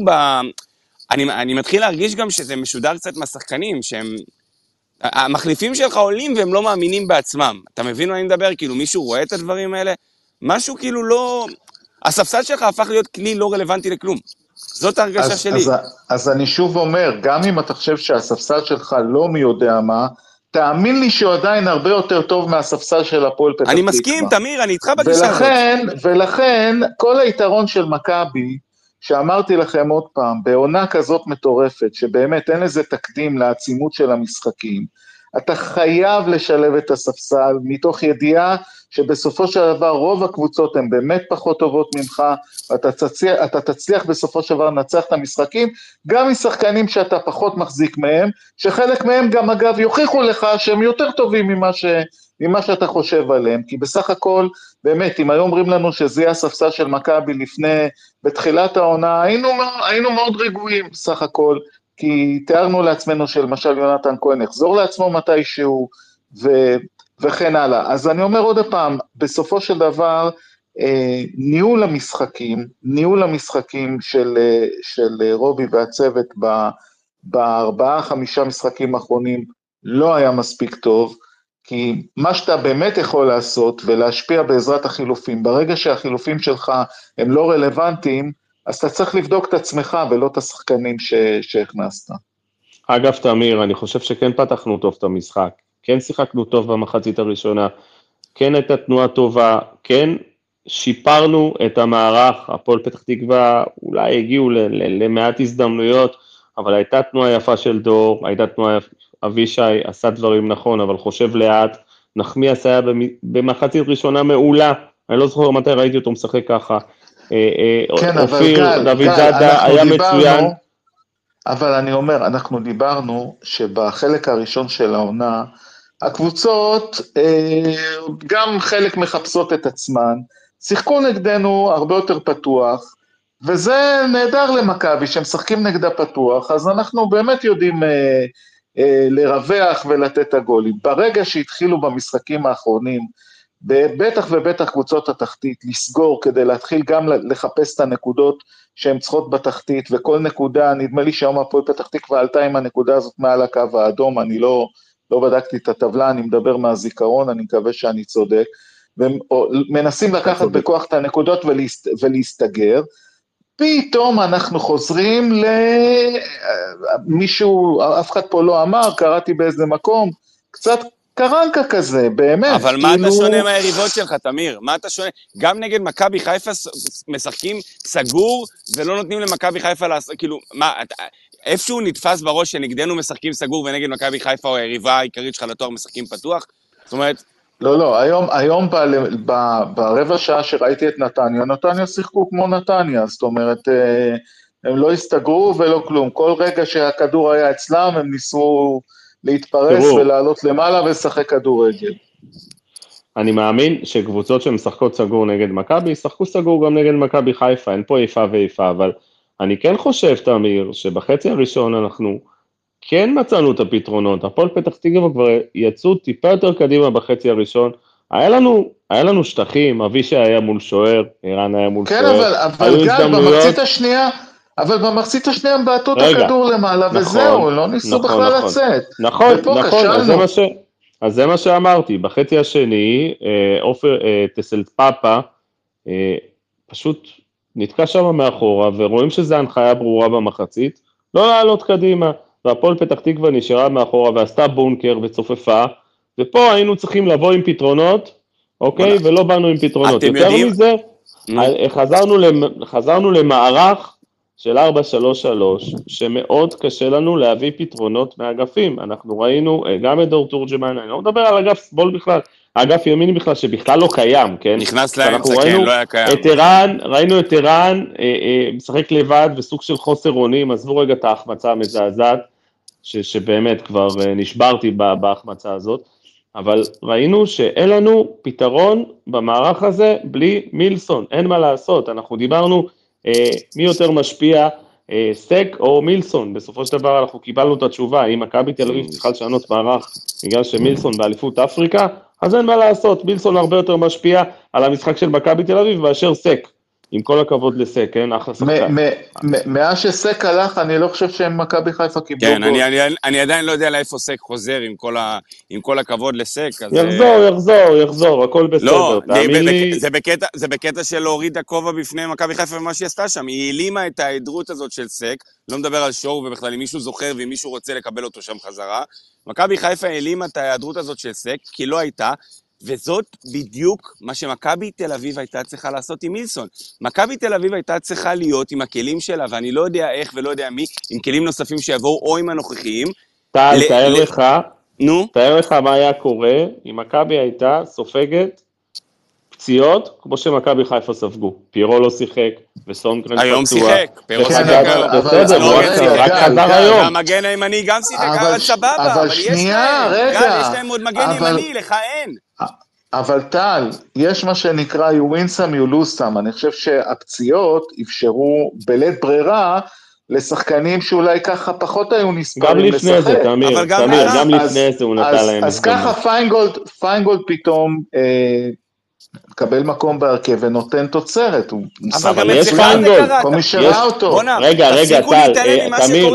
אני מתחיל להרגיש גם שזה משודר קצת מהשחקנים, שהם, המחליפים שלך עולים והם לא מאמינים בעצמם. אתה מבין מה אני מדבר? כאילו מישהו רואה את הדברים האלה? משהו כאילו לא, הספסל שלך הפך להיות כלי לא רלוונטי לכלום. זאת ההרגשה שלי. אז אני שוב אומר, גם אם אתה חושב שהספסל שלך לא מי יודע מה, תאמין לי שהוא עדיין הרבה יותר טוב מהספסל של הפועל פתח תקווה. אני מסכים, תמיר, אני איתך בגישה הזאת. ולכן, כל היתרון של מכבי, שאמרתי לכם עוד פעם, בעונה כזאת מטורפת, שבאמת אין לזה תקדים לעצימות של המשחקים, אתה חייב לשלב את הספסל, מתוך ידיעה שבסופו של דבר רוב הקבוצות הן באמת פחות טובות ממך, אתה תצליח בסופו של דבר לנצח את המשחקים, גם משחקנים שאתה פחות מחזיק מהם, שחלק מהם גם אגב יוכיחו לך שהם יותר טובים ממה שאתה חושב עליהם, כי בסך הכל, באמת, אם היו אומרים לנו שזה יהיה הספסל של מכבי בתחילת העונה, היינו מאוד רגועים בסך הכל, כי תיארנו לעצמנו שלמשל יונתן כהן יחזור לעצמו מתישהו, וכן הלאה. אז אני אומר עוד פעם, בסופו של דבר, ניהול המשחקים של רובי והצוות ב4-5 משחקים האחרונים לא היה מספיק טוב, כי מה שאתה באמת יכול לעשות ולהשפיע בעזרת החילופים, ברגע שהחילופים שלך הם לא רלוונטיים, אז אתה צריך לבדוק את עצמך ולא את השחקנים שהכנסת. אגב, תמיר, אני חושב שכן פתחנו טוב את המשחק, כן שיחקנו טוב במחצית הראשונה, כן הייתה תנועה טובה, כן שיפרנו את המערך, הפועל פתח תקווה אולי הגיעו למעט הזדמנויות, אבל הייתה תנועה יפה של דור, הייתה תנועה אבישי, עשה דברים נכון, אבל חושב לאט, נחמיאס היה במחצית ראשונה מעולה, אני לא זוכר מתי ראיתי אותו משחק ככה, כן, אופיר, דוד זאדה היה מצוין. אבל אני אומר, אנחנו דיברנו שבחלק הראשון של העונה, הקבוצות גם חלק מחפשות את עצמן, שיחקו נגדנו הרבה יותר פתוח, וזה נהדר למכבי, שהם משחקים נגדה פתוח, אז אנחנו באמת יודעים לרווח ולתת את הגולים. ברגע שהתחילו במשחקים האחרונים, בטח ובטח קבוצות התחתית, לסגור כדי להתחיל גם לחפש את הנקודות שהן צריכות בתחתית, וכל נקודה, נדמה לי שהיום הפועל פתח תקווה עלתה עם הנקודה הזאת מעל הקו האדום, אני לא בדקתי את הטבלה, אני מדבר מהזיכרון, אני מקווה שאני צודק, ומנסים לקחת בכוח את הנקודות ולהסתגר, פתאום אנחנו חוזרים למישהו, אף אחד פה לא אמר, קראתי באיזה מקום, קצת קרנקה כזה, באמת. אבל מה אתה שונה מהיריבות שלך, תמיר? מה אתה שונה? גם נגד מכבי חיפה משחקים סגור, ולא נותנים למכבי חיפה לעשות, כאילו, מה, איפשהו נתפס בראש שנגדנו משחקים סגור, ונגד מכבי חיפה או היריבה העיקרית שלך לתואר משחקים פתוח? זאת אומרת... לא, היום ברבע שעה שראיתי את נתניה שיחקו כמו נתניה, זאת אומרת, הם לא הסתגרו ולא כלום, כל רגע שהכדור היה אצלם, הם ניסו להתפרס ולעלות למעלה ולשחק כדורגל. אני מאמין שקבוצות שמשחקות סגור נגד מכבי, ישחקו סגור גם נגד מכבי חיפה, אין פה איפה ואיפה, אבל אני כן חושב, תמיר, שבחצי הראשון אנחנו כן מצאנו את הפתרונות, הפועל פתח תקווה כבר יצאו טיפה יותר קדימה בחצי הראשון, היה לנו שטחים, אבישי היה מול שוער, ערן היה מול כן, שוער, אבל גל, במחצית השנייה הם בעטו את הכדור למעלה, וזהו, לא ניסו בכלל לצאת. נכון, ופה כשלנו. אז זה מה שאמרתי, בחצי השני, עופר טסלפאפה, פשוט נתקע שם מאחורה, ורואים שזו הנחיה ברורה במחצית, לא לעלות קדימה, והפועל פתח תקווה נשארה מאחורה, ועשתה בונקר וצופפה, ופה היינו צריכים לבוא עם פתרונות, אוקיי? ולא באנו עם פתרונות. יותר מזה, חזרנו למערך של 4-3-3, שמאוד קשה לנו להביא פתרונות מהאגפים. אנחנו ראינו גם את דור תורג'מן, אני לא מדבר על אגף סבול בכלל, האגף ימין בכלל שבכלל לא קיים, כן? נכנס לאמצע, כן, לא היה קיים. ראינו את ערן משחק לבד וסוג של חוסר אונים, עזבו רגע את ההחמצה המזעזעת, שבאמת כבר נשברתי בהחמצה הזאת, אבל ראינו שאין לנו פתרון במערך הזה בלי מילסון, אין מה לעשות, אנחנו דיברנו מי יותר משפיע, סק או מילסון, בסופו של דבר אנחנו קיבלנו את התשובה, אם מכבי תל אביב צריכה לשנות מערך בגלל שמילסון באליפות אפריקה, אז אין מה לעשות, מילסון הרבה יותר משפיע על המשחק של מכבי תל אביב מאשר סק, עם כל הכבוד לסק, כן, אחלה שחקן. מאז שסק הלך, אני לא חושב שהם מכבי חיפה קיבלו גול. כן, אני עדיין לא יודע לאיפה סק חוזר עם כל הכבוד לסק. יחזור, הכל בסדר, תאמין לי. זה בקטע של להוריד הכובע בפני מכבי חיפה ומה שהיא עשתה שם, היא העלימה את ההיעדרות הזאת של סק, לא מדבר על שור ובכלל אם מישהו זוכר ואם מישהו רוצה לקבל אותו שם חזרה, מכבי חיפה העלימה את ההיעדרות הזאת של סק, כי לא הייתה, וזאת בדיוק מה שמכבי תל אביב הייתה צריכה לעשות עם מילסון. מכבי תל אביב הייתה צריכה להיות עם הכלים שלה, ואני לא יודע איך ולא יודע מי, עם כלים נוספים שיבואו או עם הנוכחיים. תאר לך מה היה קורה אם מכבי הייתה סופגת פציעות, כמו שמכבי חיפה ספגו. פירו לא שיחק, וסונגרן פצוע. היום שיחק, פירו שיחק. רק חזר היום. והמגן הימני גם שיחק, אבל סבבה, אבל יש להם עוד מגן ימני, לך אין. אבל טל, יש מה שנקרא you win some you lose some, אני חושב שהפציעות אפשרו בלית ברירה לשחקנים שאולי ככה פחות היו נספרים לשחק. גם לפני זה, תמיר, גם לפני זה הוא נתן להם. אז ככה פיינגולד פתאום מקבל מקום בהרכב ונותן תוצרת, הוא אבל יש פיינגולד, כל מי שראה אותו. רגע, תמיר,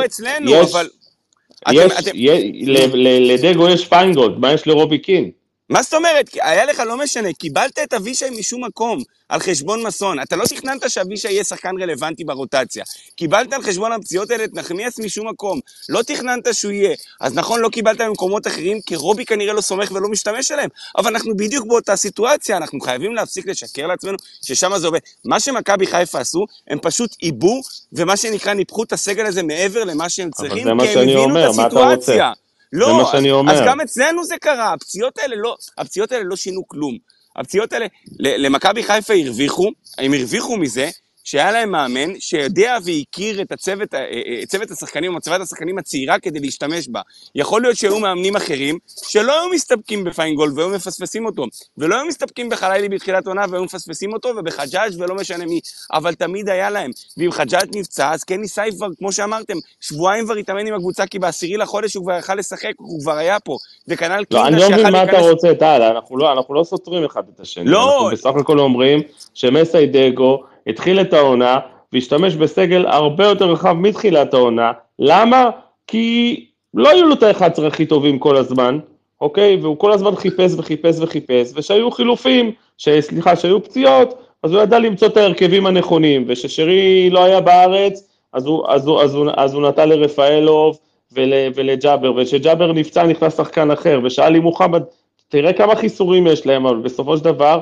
לדגו יש פיינגולד, מה יש לרובי קין? מה זאת אומרת? היה לך לא משנה, קיבלת את אבישי משום מקום על חשבון מסון, אתה לא תכננת שאבישי יהיה שחקן רלוונטי ברוטציה, קיבלת על חשבון הפציעות האלה את נחמיאס משום מקום, לא תכננת שהוא יהיה, אז נכון לא קיבלת במקומות אחרים, כי רובי כנראה לא סומך ולא משתמש עליהם, אבל אנחנו בדיוק באותה סיטואציה, אנחנו חייבים להפסיק לשקר לעצמנו, ששם זה עובד. מה שמכבי חיפה עשו, הם פשוט איבו, ומה שנקרא ניפחו את הסגל הזה מעבר למה שהם צריכים, כי הם הבינו את הסיטואציה. לא, אז גם אצלנו זה קרה, הפציעות האלה לא שינו כלום. הפציעות האלה, למכבי חיפה הם הרוויחו מזה, שהיה להם מאמן שיודע והכיר את צוות השחקנים, או מצוות השחקנים הצעירה כדי להשתמש בה. יכול להיות שהיו מאמנים אחרים, שלא היו מסתפקים בפיינגולד והיו מפספסים אותו, ולא היו מסתפקים בחלילי בתחילת עונה והיו מפספסים אותו, ובחג'אג' ולא משנה מי, אבל תמיד היה להם. ואם חג'אג' נפצע, אז כן ניסה כבר, כמו שאמרתם, שבועיים כבר התאמן עם הקבוצה, כי ב10 לחודש הוא כבר יכל לשחק, הוא כבר היה פה. וכנ"ל לא, אני לא מבין מה אתה רוצה, טל, אנחנו לא סותרים אחד את השני. אנחנו בסך הכל אומרים שמסיידגו התחיל את העונה, והשתמש בסגל הרבה יותר רחב מתחילת העונה. למה? כי לא היו לו את ה-11 הכי טובים כל הזמן, אוקיי? והוא כל הזמן חיפש, ושהיו חילופים, שהיו פציעות, אז הוא ידע למצוא את ההרכבים הנכונים, וששרי לא היה בארץ, אז הוא נתן לרפאלוב ולג'אבר, ושג'אבר נפצע נכנס שחקן אחר, ושאלי מוחמד, תראה כמה חיסורים יש להם, אבל בסופו של דבר,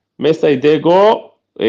מסיידגו,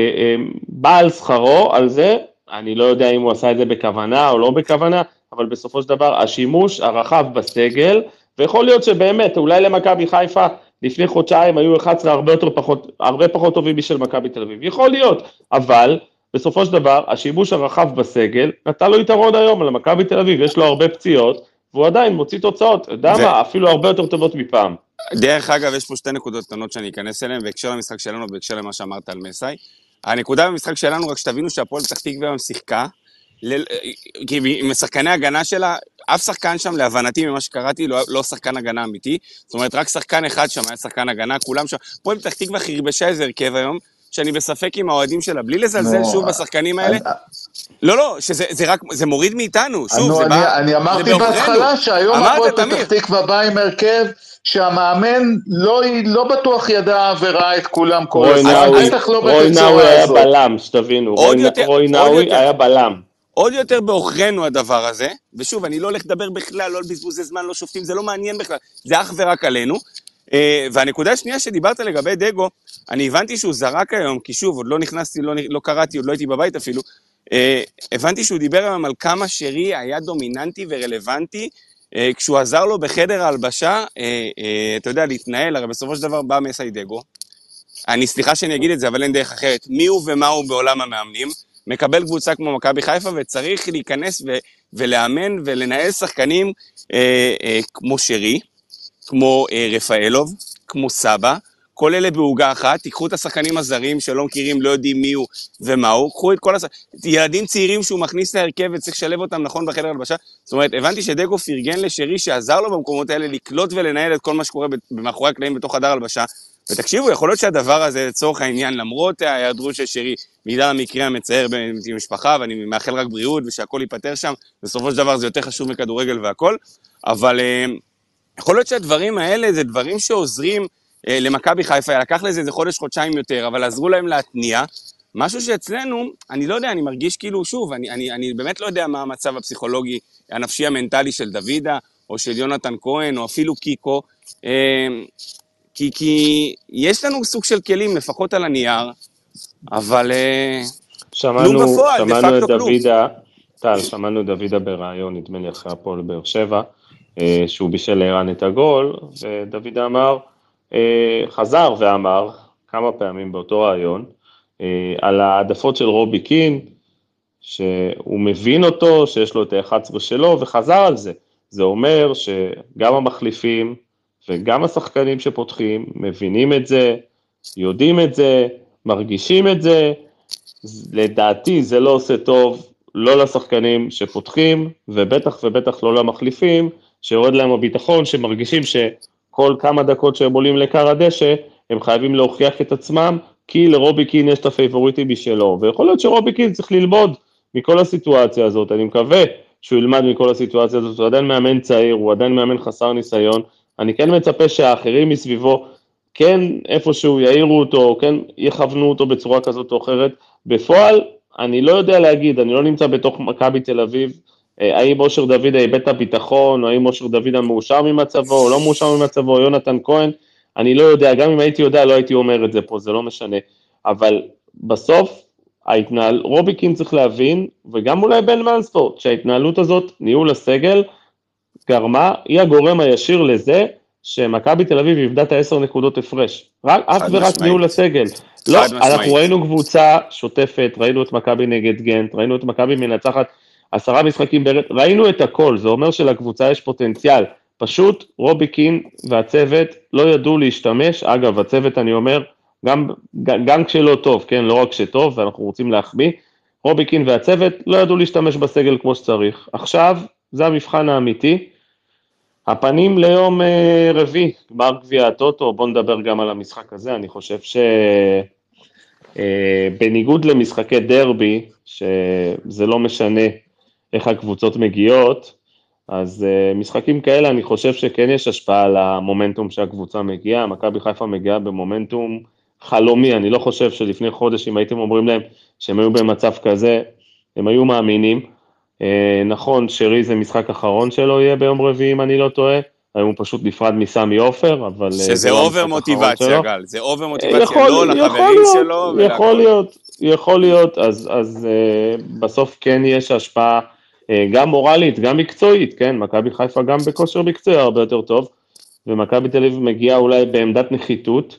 בעל שכרו על זה, אני לא יודע אם הוא עשה את זה בכוונה או לא בכוונה, אבל בסופו של דבר השימוש הרחב בסגל, ויכול להיות שבאמת, אולי למכבי חיפה לפני חודשיים היו 11 הרבה פחות טובים משל מכבי תל אביב, יכול להיות, אבל בסופו של דבר השימוש הרחב בסגל נתן לו יתרון היום, למכבי תל אביב יש לו הרבה פציעות, והוא עדיין מוציא תוצאות, דמה, אפילו הרבה יותר טובות מפעם. דרך אגב, יש פה שתי נקודות קטנות שאני אכנס אליהן, בהקשר למשחק שלנו, בהקשר למה שאמרת על מסי. הנקודה במשחק שלנו, רק שתבינו שהפועל פתח תקווה שיחקה, כי עם שחקני הגנה שלה, אף שחקן שם, להבנתי ממה שקראתי, לא שחקן הגנה אמיתי, זאת אומרת, רק שחקן אחד שם היה שחקן הגנה, כולם שם, פה פתח תקווה חרבשה איזה הרכב היום, שאני בספק עם האוהדים שלה, בלי לזלזל שוב בשחקנים האלה, לא, שזה רק, זה מוריד מאיתנו, שוב, זה בא, אני אמרתי בהתחלה שהיום הפועל פתח תקווה בא עם הרכב, שהמאמן לא בטוח ידע וראה את כולם כל הזמן, בטח לא בתצורה הזאת. רוי נאווי היה בלם, שתבינו, רוי נאווי היה בלם. עוד יותר באוכרנו הדבר הזה, ושוב, אני לא הולך לדבר בכלל, לא על בזבוזי זמן, לא שופטים, זה לא מעניין בכלל, זה אך ורק עלינו, והנקודה השנייה שדיברת לגבי דגו, אני הבנתי שהוא זרק היום, כי שוב, עוד לא נכנסתי, לא קראתי, עוד לא הייתי בבית אפילו, הבנתי שהוא דיבר היום על כמה שרי היה דומיננטי ורלוונטי, כשהוא עזר לו בחדר ההלבשה, אתה יודע, להתנהל, הרי בסופו של דבר בא מסי דגו, אני סליחה שאני אגיד את זה, אבל אין דרך אחרת, מי הוא ומה הוא בעולם המאמנים, מקבל קבוצה כמו מכבי חיפה, וצריך להיכנס ולאמן ולנהל שחקנים כמו שרי, כמו רפאלוב, כמו סבא, כל אלה בהוגה אחת, תיקחו את השחקנים הזרים שלא מכירים, לא יודעים מי הוא ומה הוא, קחו את כל ילדים צעירים שהוא מכניס להרכב וצריך לשלב אותם נכון בחדר הלבשה, זאת אומרת, הבנתי שדגו פרגן לשרי שעזר לו במקומות האלה לקלוט ולנהל את כל מה שקורה במאחורי הקלעים בתוך חדר הלבשה, ותקשיבו, יכול להיות שהדבר הזה לצורך העניין, למרות ההיעדרות של שרי, בגלל המקרה המצער במשפחה, ואני מאחל רק בריאות ושהכל ייפטר שם, בסופו של דבר זה יותר חשוב מכדורגל והכל, אבל יכול להיות שהדברים האלה זה דברים שעוזרים למכבי חיפה, לקח לזה איזה חודש, חודשיים יותר, אבל עזרו להם להתניע, משהו שאצלנו, אני לא יודע, אני מרגיש כאילו, שוב, אני באמת לא יודע מה המצב הפסיכולוגי, הנפשי המנטלי של דוידה, או של יונתן כהן, או אפילו קיקו, כי יש לנו סוג של כלים, לפחות על הנייר, אבל כלום בפועל, דה פקטו כלום. שמענו את דוידה ברעיון, נדמה לי אחרי הפועל באר שבע, שהוא בישל לערן את הגול, ודוידה אמר, חזר ואמר כמה פעמים באותו רעיון, על העדפות של רובי קין, שהוא מבין אותו, שיש לו את ה-11 שלו, וחזר על זה. זה אומר שגם המחליפים, וגם השחקנים שפותחים, מבינים את זה, יודעים את זה, מרגישים את זה, לדעתי זה לא עושה טוב, לא לשחקנים שפותחים, ובטח לא למחליפים, שיורד להם הביטחון, שמרגישים שכל כמה דקות שהם עולים לקר הדשא, הם חייבים להוכיח את עצמם, כי לרובי קין יש את הפייבוריטי בשלו, ויכול להיות שרובי קין צריך ללמוד מכל הסיטואציה הזאת, אני מקווה שהוא ילמד מכל הסיטואציה הזאת, הוא עדיין מאמן צעיר, הוא עדיין מאמן חסר ניסיון, אני כן מצפה שהאחרים מסביבו, כן איפשהו יעירו אותו, כן יכוונו אותו בצורה כזאת או אחרת, בפועל אני לא יודע להגיד, אני לא נמצא בתוך מכבי תל אביב, האם אושר דוד איבד את הביטחון, או האם אושר דוד המאושר ממצבו, או לא מאושר ממצבו, או יונתן כהן, אני לא יודע, גם אם הייתי יודע, לא הייתי אומר את זה פה, זה לא משנה, אבל בסוף, רובי קין צריך להבין, וגם אולי בן מנספורט, שההתנהלות הזאת, ניהול הסגל, גרמה, היא הגורם הישיר לזה, שמכבי תל אביב יבדה את 10 נקודות הפרש, אך ורק ניהול הסגל, לא, אנחנו ראינו קבוצה שוטפת, ראינו את מכבי נגד גנט, ראינו את מכבי מנצחת 10 משחקים ברצף, ראינו את הכל, זה אומר שלקבוצה יש פוטנציאל, פשוט רובי קין והצוות לא ידעו להשתמש, אגב הצוות אני אומר, גם כשלא טוב, כן, לא רק שטוב, ואנחנו רוצים להחביא, רובי קין והצוות לא ידעו להשתמש בסגל כמו שצריך, עכשיו זה המבחן האמיתי, הפנים ליום רביעי, גמר גביע הטוטו, בוא נדבר גם על המשחק הזה, אני חושב שבניגוד למשחקי דרבי, שזה לא משנה איך הקבוצות מגיעות, אז משחקים כאלה אני חושב שכן יש השפעה על המומנטום שהקבוצה מגיעה, מכבי חיפה מגיעה במומנטום חלומי, אני לא חושב שלפני חודש אם הייתם אומרים להם שהם היו במצב כזה, הם היו מאמינים, נכון, שרי זה משחק אחרון שלו יהיה ביום רביעי אם אני לא טועה, היום הוא פשוט נפרד מסמי עופר, אבל שזה אובר מוטיבציה, גל, זה אובר מוטיבציה, לא לחברים שלו. יכול להיות, אז בסוף כן יש השפעה, גם מורלית, גם מקצועית, כן, מכבי חיפה גם בכושר מקצועי הרבה יותר טוב, ומכבי תל אביב מגיעה אולי בעמדת נחיתות,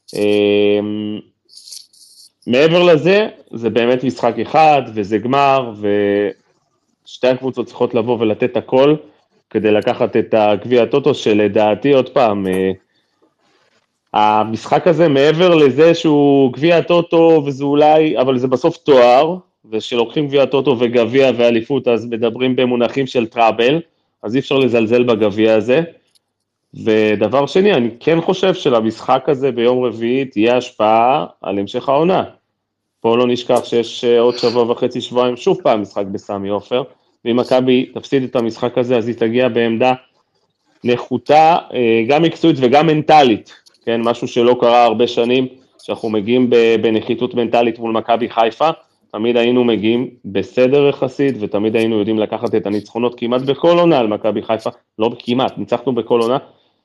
מעבר לזה, זה באמת משחק אחד, וזה גמר, ושתי הקבוצות צריכות לבוא ולתת הכל, כדי לקחת את הגביע הטוטו, שלדעתי עוד פעם, המשחק הזה מעבר לזה שהוא גביע הטוטו, וזה אולי, אבל זה בסוף תואר, ושלוקחים גביע טוטו וגביע ואליפות, אז מדברים במונחים של טראבל, אז אי אפשר לזלזל בגביע הזה. ודבר שני, אני כן חושב שלמשחק הזה ביום רביעי תהיה השפעה על המשך העונה. פה לא נשכח שיש עוד שבוע וחצי, שבועיים, שוב פעם משחק בסמי עופר, ואם מכבי תפסיד את המשחק הזה, אז היא תגיע בעמדה נחותה, גם מקצועית וגם מנטלית, כן, משהו שלא קרה הרבה שנים, שאנחנו מגיעים בנחיתות מנטלית מול מכבי חיפה, תמיד היינו מגיעים בסדר יחסית, ותמיד היינו יודעים לקחת את הניצחונות כמעט בכל עונה על מכבי חיפה, לא כמעט, ניצחנו בכל עונה.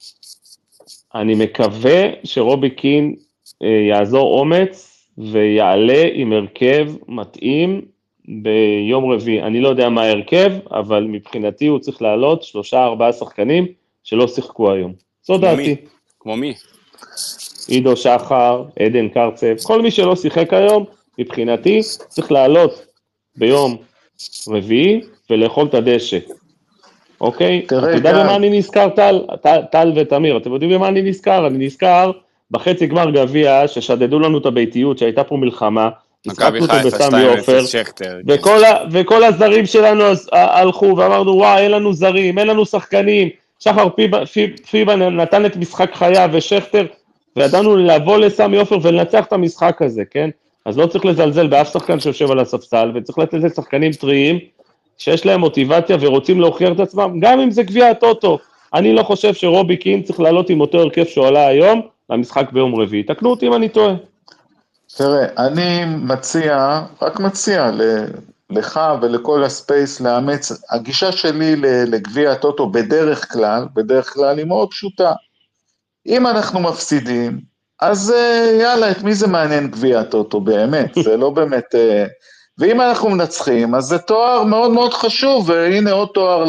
אני מקווה שרובי קין יעזור אומץ, ויעלה עם הרכב מתאים ביום רביעי. אני לא יודע מה ההרכב, אבל מבחינתי הוא צריך לעלות 3-4 שחקנים שלא שיחקו היום. זו דעתי. כמו מי? עידו שחר, עדן קרצב, כל מי שלא שיחק היום, מבחינתי צריך לעלות ביום רביעי ולאכול את הדשא. אוקיי? אתה יודע במה אני נזכר, טל ותמיר, אתם יודעים במה אני נזכר? אני נזכר בחצי גמר גביע ששדדו לנו את הביתיות, שהייתה פה מלחמה, מכבי חיפה 2-0 שכטר. וכל הזרים שלנו הלכו ואמרנו, וואי, אין לנו זרים, אין לנו שחקנים, שחר פיבה נתן את משחק חיה ושכטר, וידענו לבוא לסמי עופר ולנצח את המשחק הזה, כן? אז לא צריך לזלזל באף שחקן שיושב על הספסל, וצריך לתת שחקנים טריים, שיש להם מוטיבציה ורוצים להוכיח את עצמם, גם אם זה גביע הטוטו. אני לא חושב שרובי קין צריך לעלות עם אותו הרכב שעולה היום, למשחק ביום רביעי. תקנו אותי אם אני טועה. תראה, אני רק מציע לך ולכל הספייס לאמץ, הגישה שלי לגביע הטוטו בדרך כלל היא מאוד פשוטה. אם אנחנו מפסידים, אז יאללה, את מי זה מעניין גביע הטוטו באמת, זה לא באמת, ואם אנחנו מנצחים, אז זה תואר מאוד מאוד חשוב, והנה עוד תואר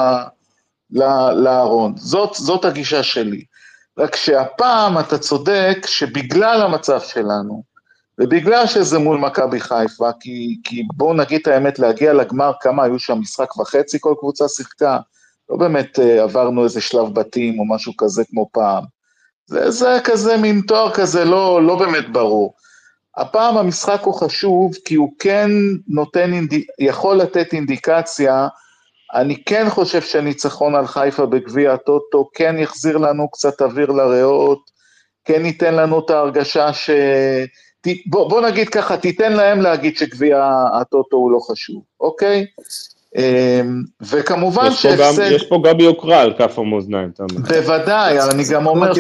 לארון, זאת הגישה שלי. רק שהפעם אתה צודק שבגלל המצב שלנו, ובגלל שזה מול מכבי חיפה, כי בואו נגיד את האמת, להגיע לגמר, כמה היו שם משחק וחצי, כל קבוצה שיחקה, לא באמת עברנו איזה שלב בתים או משהו כזה כמו פעם. זה כזה מין תואר כזה, לא באמת ברור. הפעם המשחק הוא חשוב, כי הוא כן יכול לתת אינדיקציה, אני כן חושב שניצחון על חיפה בגביע הטוטו, כן יחזיר לנו קצת אוויר לריאות, כן ייתן לנו את ההרגשה בוא נגיד ככה, תיתן להם להגיד שגביע הטוטו הוא לא חשוב, אוקיי? וכמובן שהפסד... יש פה גם יוקרה על כף המאזניים. בוודאי, אני גם אומר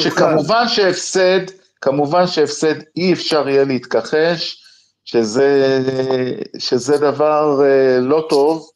כמובן שהפסד אי אפשר יהיה להתכחש, שזה דבר לא טוב,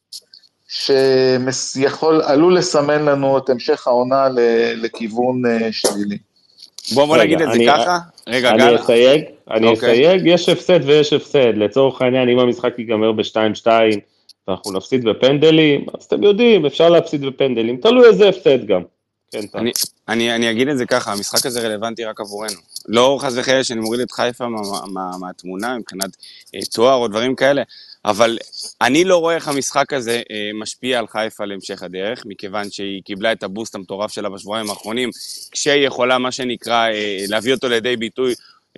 שעלול לסמן לנו את המשך העונה לכיוון שלילי. בוא נגיד את זה ככה. רגע, אני אסייג, יש הפסד ויש הפסד. לצורך העניין, אם המשחק ייגמר ב-2-2, ואנחנו נפסיד בפנדלים, אז אתם יודעים, אפשר להפסיד בפנדלים, תלוי איזה הפסד גם. אני אגיד את זה ככה, המשחק הזה רלוונטי רק עבורנו. לא חס וחלילה שאני מוריד את חיפה מהתמונה, מבחינת תואר או דברים כאלה, אבל אני לא רואה איך המשחק הזה משפיע על חיפה להמשך הדרך, מכיוון שהיא קיבלה את הבוסט המטורף שלה בשבועיים האחרונים, כשהיא יכולה, מה שנקרא, להביא אותו לידי ביטוי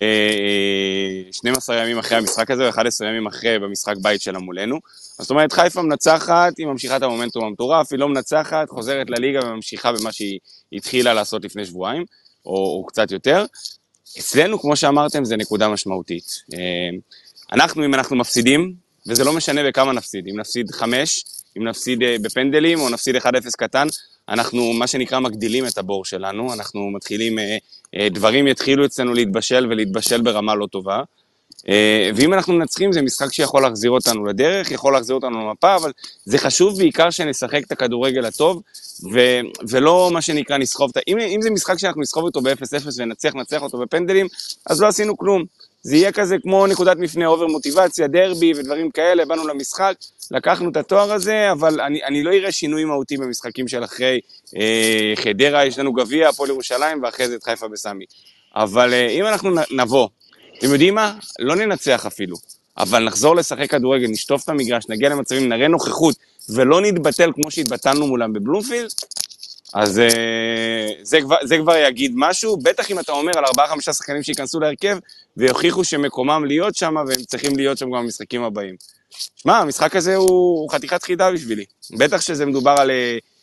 12 ימים אחרי המשחק הזה, ו11 ימים אחרי במשחק בית שלה מולנו. זאת אומרת, חיפה מנצחת, היא ממשיכה את המומנטום המטורף, היא לא מנצחת, חוזרת לליגה וממשיכה במה שהיא התחילה לעשות לפני שבועיים, או קצת יותר. אצלנו, כמו שאמרתם, זה נקודה משמעותית. אם אנחנו מפסידים, וזה לא משנה בכמה נפסיד, אם נפסיד 5, אם נפסיד בפנדלים, או נפסיד 1-0 קטן, אנחנו, מה שנקרא, מגדילים את הבור שלנו, אנחנו מתחילים, דברים יתחילו אצלנו להתבשל ולהתבשל ברמה לא טובה, ואם אנחנו מנצחים, זה משחק שיכול להחזיר אותנו לדרך, יכול להחזיר אותנו למפה, אבל זה חשוב בעיקר שנשחק את הכדורגל הטוב, ולא מה שנקרא נסחוב, אם זה משחק שאנחנו נסחוב אותו ב-0-0 ונצח אותו בפנדלים, אז לא עשינו כלום. זה יהיה כזה כמו נקודת מפנה, אובר מוטיבציה, דרבי ודברים כאלה, באנו למשחק, לקחנו את התואר הזה, אבל אני לא אראה שינוי מהותי במשחקים של אחרי חדרה, יש לנו גביע, הפועל ירושלים, ואחרי זה את חיפה בסמי. אבל אם אנחנו נבוא, אתם יודעים מה? לא ננצח אפילו, אבל נחזור לשחק כדורגל, נשטוף את המגרש, נגיע למצבים, נראה נוכחות, ולא נתבטל כמו שהתבטלנו מולם בבלומפילד, אז זה כבר יגיד משהו, בטח אם אתה אומר על 4-5 שחקנים שיכנסו להרכב, ויוכיחו שמקומם להיות שם, והם צריכים להיות שם גם במשחקים הבאים. שמע, המשחק הזה הוא חתיכת חידה בשבילי. בטח שזה מדובר על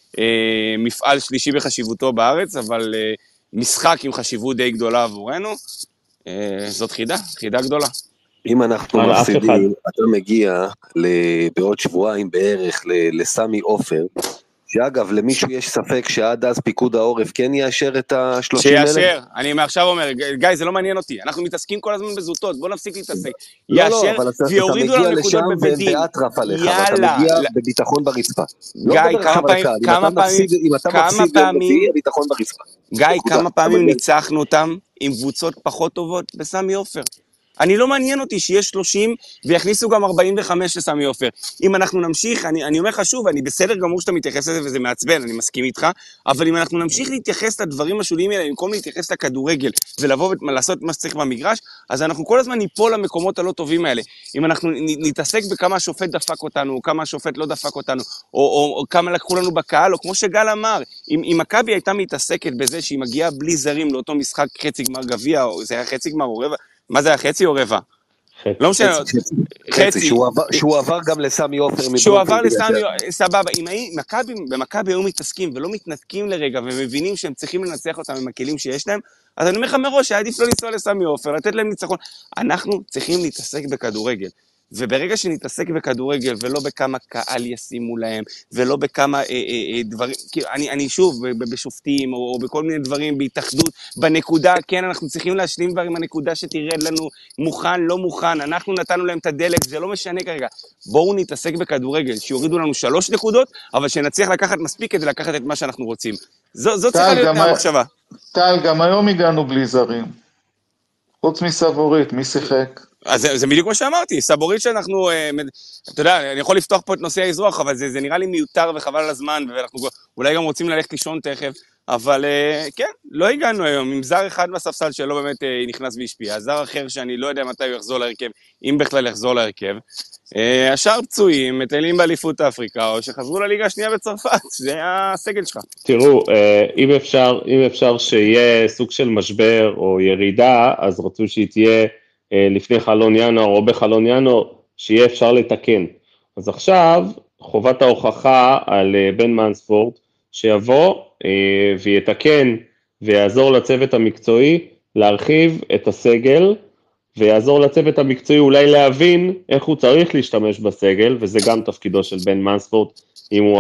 מפעל שלישי בחשיבותו בארץ, אבל משחק עם חשיבות די גדולה עבורנו, זאת חידה גדולה. אם אנחנו מפסידים, אתה מגיע בעוד שבועיים בערך לסמי עופר, שאגב, למישהו יש ספק שעד אז פיקוד העורף כן יאשר את ה-30,000? שיאשר, אני מעכשיו אומר, גיא, זה לא מעניין אותי, אנחנו מתעסקים כל הזמן בזוטות, בוא נפסיק להתעסק. יאשר, ויורידו לנו נקודות בבדים. יאללה. אתה מגיע בביטחון ברצפה. גיא, כמה פעמים, גיא, כמה פעמים ניצחנו אותם עם קבוצות פחות טובות בסמי עופר? אני לא מעניין אותי שיש 30 ויכניסו גם 45 לסמי עופר. אם אנחנו נמשיך, אני אומר לך שוב, אני בסדר גמור שאתה מתייחס לזה וזה מעצבן, אני מסכים איתך, אבל אם אנחנו נמשיך להתייחס לדברים השוליים האלה, במקום להתייחס לכדורגל ולבוא ולעשות מה שצריך במגרש, אז אנחנו כל הזמן ניפול למקומות הלא טובים האלה. אם אנחנו נתעסק בכמה השופט דפק אותנו, או כמה השופט לא דפק אותנו, או כמה לקחו לנו בקהל, או כמו שגל אמר, אם מכבי הייתה מתעסקת בזה שהיא מגיעה בלי זרים לאותו משחק חצי גמר גביע, או זה היה חצי גמר או רבע, מה זה היה, חצי או רבע? לא משנה, חצי. שהוא עבר גם לסמי עופר. שהוא עבר לסמי, סבבה. אם במכבי היו מתעסקים ולא מתנתקים לרגע, ומבינים שהם צריכים לנצח אותם עם הכלים שיש להם, אז אני אומר לך מראש, עדיף לא לנסוע לסמי עופר, לתת להם ניצחון. אנחנו צריכים להתעסק בכדורגל. וברגע שנתעסק בכדורגל, ולא בכמה קהל ישימו להם, ולא בכמה דברים, אני שוב, בשופטים, או בכל מיני דברים, בהתאחדות, בנקודה, כן, אנחנו צריכים להשלים דבר עם הנקודה שתרד לנו, מוכן, לא מוכן, אנחנו נתנו להם את הדלק, זה לא משנה כרגע. בואו נתעסק בכדורגל, שיורידו לנו 3 נקודות, אבל שנצליח לקחת מספיק כדי לקחת את מה שאנחנו רוצים. זו צריכה להיות המחשבה. טל, גם היום הגענו בלי זרים. חוץ מסבורית, מי שיחק? אז זה בדיוק מה שאמרתי, סבורית שאנחנו, אתה יודע, אני יכול לפתוח פה את נושא האזרוח, אבל זה נראה לי מיותר וחבל על הזמן, ואנחנו אולי גם רוצים ללכת לישון תכף, אבל כן, לא הגענו היום, עם זר אחד מהספסל שלא באמת נכנס והשפיע, זר אחר שאני לא יודע מתי הוא יחזור להרכב, אם בכלל יחזור להרכב, השאר פצועים, מטיילים באליפות אפריקה, או שחזרו לליגה השנייה בצרפת, זה הסגל שלך. תראו, אם אפשר שיהיה סוג של משבר או ירידה, אז רצו שהיא תהיה לפני חלון ינואר או בחלון ינואר, שיהיה אפשר לתקן. אז עכשיו, חובת ההוכחה על בן מנספורד, שיבוא ויתקן ויעזור לצוות המקצועי להרחיב את הסגל, ויעזור לצוות המקצועי אולי להבין איך הוא צריך להשתמש בסגל, וזה גם תפקידו של בן מנספורד, אם הוא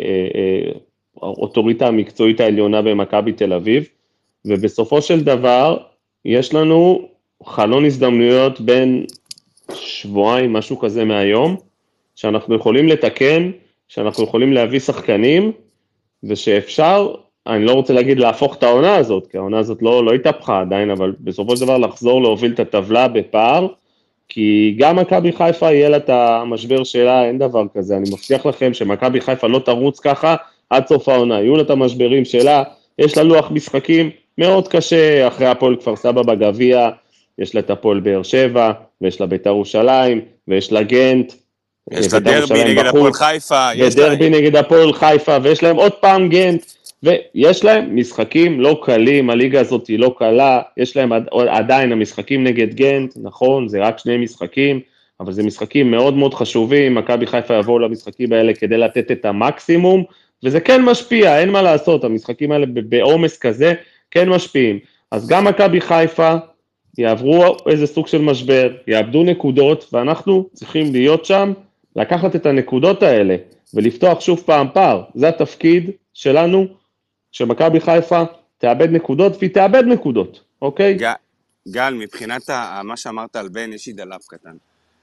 האוטוריטה המקצועית העליונה במכבי תל אביב, ובסופו של דבר יש לנו חלון הזדמנויות בין שבועיים, משהו כזה מהיום, שאנחנו יכולים לתקן, שאנחנו יכולים להביא שחקנים, ושאפשר, אני לא רוצה להגיד להפוך את העונה הזאת, כי העונה הזאת לא התהפכה עדיין, אבל בסופו של דבר לחזור להוביל את הטבלה בפער, כי גם מכבי חיפה יהיה לה את המשבר שלה, אין דבר כזה, אני מבטיח לכם שמכבי חיפה לא תרוץ ככה עד סוף העונה, יהיו לה את המשברים שלה, יש לה לוח משחקים מאוד קשה, אחרי הפועל כפר סבא בגביע, יש לה את הפועל באר שבע, ויש לה בית"ר ירושלים, ויש לה גנט, יש לה דרבי נגד הפועל חיפה, ודרבי נגד הפועל חיפה, ויש להם עוד פעם גנט, ויש להם משחקים לא קלים, הליגה הזאת היא לא קלה, יש להם עדיין המשחקים נגד גנט, נכון, זה רק 2 משחקים, אבל זה משחקים מאוד מאוד חשובים, מכבי חיפה יבואו למשחקים האלה כדי לתת את המקסימום, וזה כן משפיע, אין מה לעשות, המשחקים האלה בעומס כזה כן משפיעים, אז גם מכבי חיפה יעברו איזה סוג של משבר, יאבדו נקודות, ואנחנו צריכים להיות שם, לקחת את הנקודות האלה, ולפתוח שוב פעם פער, זה התפקיד שלנו, שמכבי חיפה תאבד נקודות, והיא תאבד נקודות, אוקיי? גל, מבחינת מה שאמרת על בן, יש לי דלף קטן.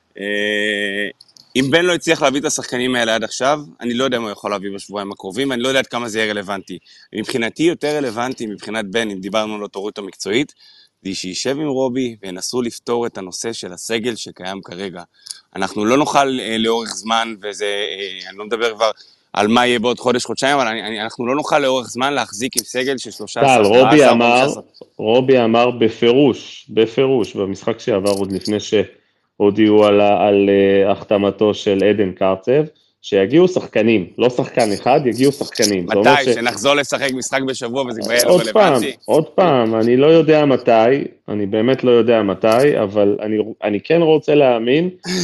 אם בן לא הצליח להביא את השחקנים האלה עד עכשיו, אני לא יודע מה הוא יכול להביא בשבועיים הקרובים, אני לא יודע עד כמה זה יהיה רלוונטי. מבחינתי יותר רלוונטי, מבחינת בן, אם דיברנו על אוטוריטה מקצועית, זה שישב עם רובי וינסו לפתור את הנושא של הסגל שקיים כרגע. אנחנו לא נוכל לאורך זמן, וזה, אני לא מדבר כבר על מה יהיה בעוד חודש, חודשיים, אבל אנחנו לא נוכל לאורך זמן להחזיק עם סגל של 13. רובי אמר בפירוש, במשחק שעבר עוד לפני שהודיעו על החתמתו של עדן קרצב, שיגיעו שחקנים, לא שחקן אחד, יגיעו שחקנים. מתי? שנחזור לשחק משחק בשבוע וזה כבר יהיה לא רלוונטי? עוד פעם, אני לא יודע מתי, אני באמת לא יודע מתי, אבל אני כן רוצה להאמין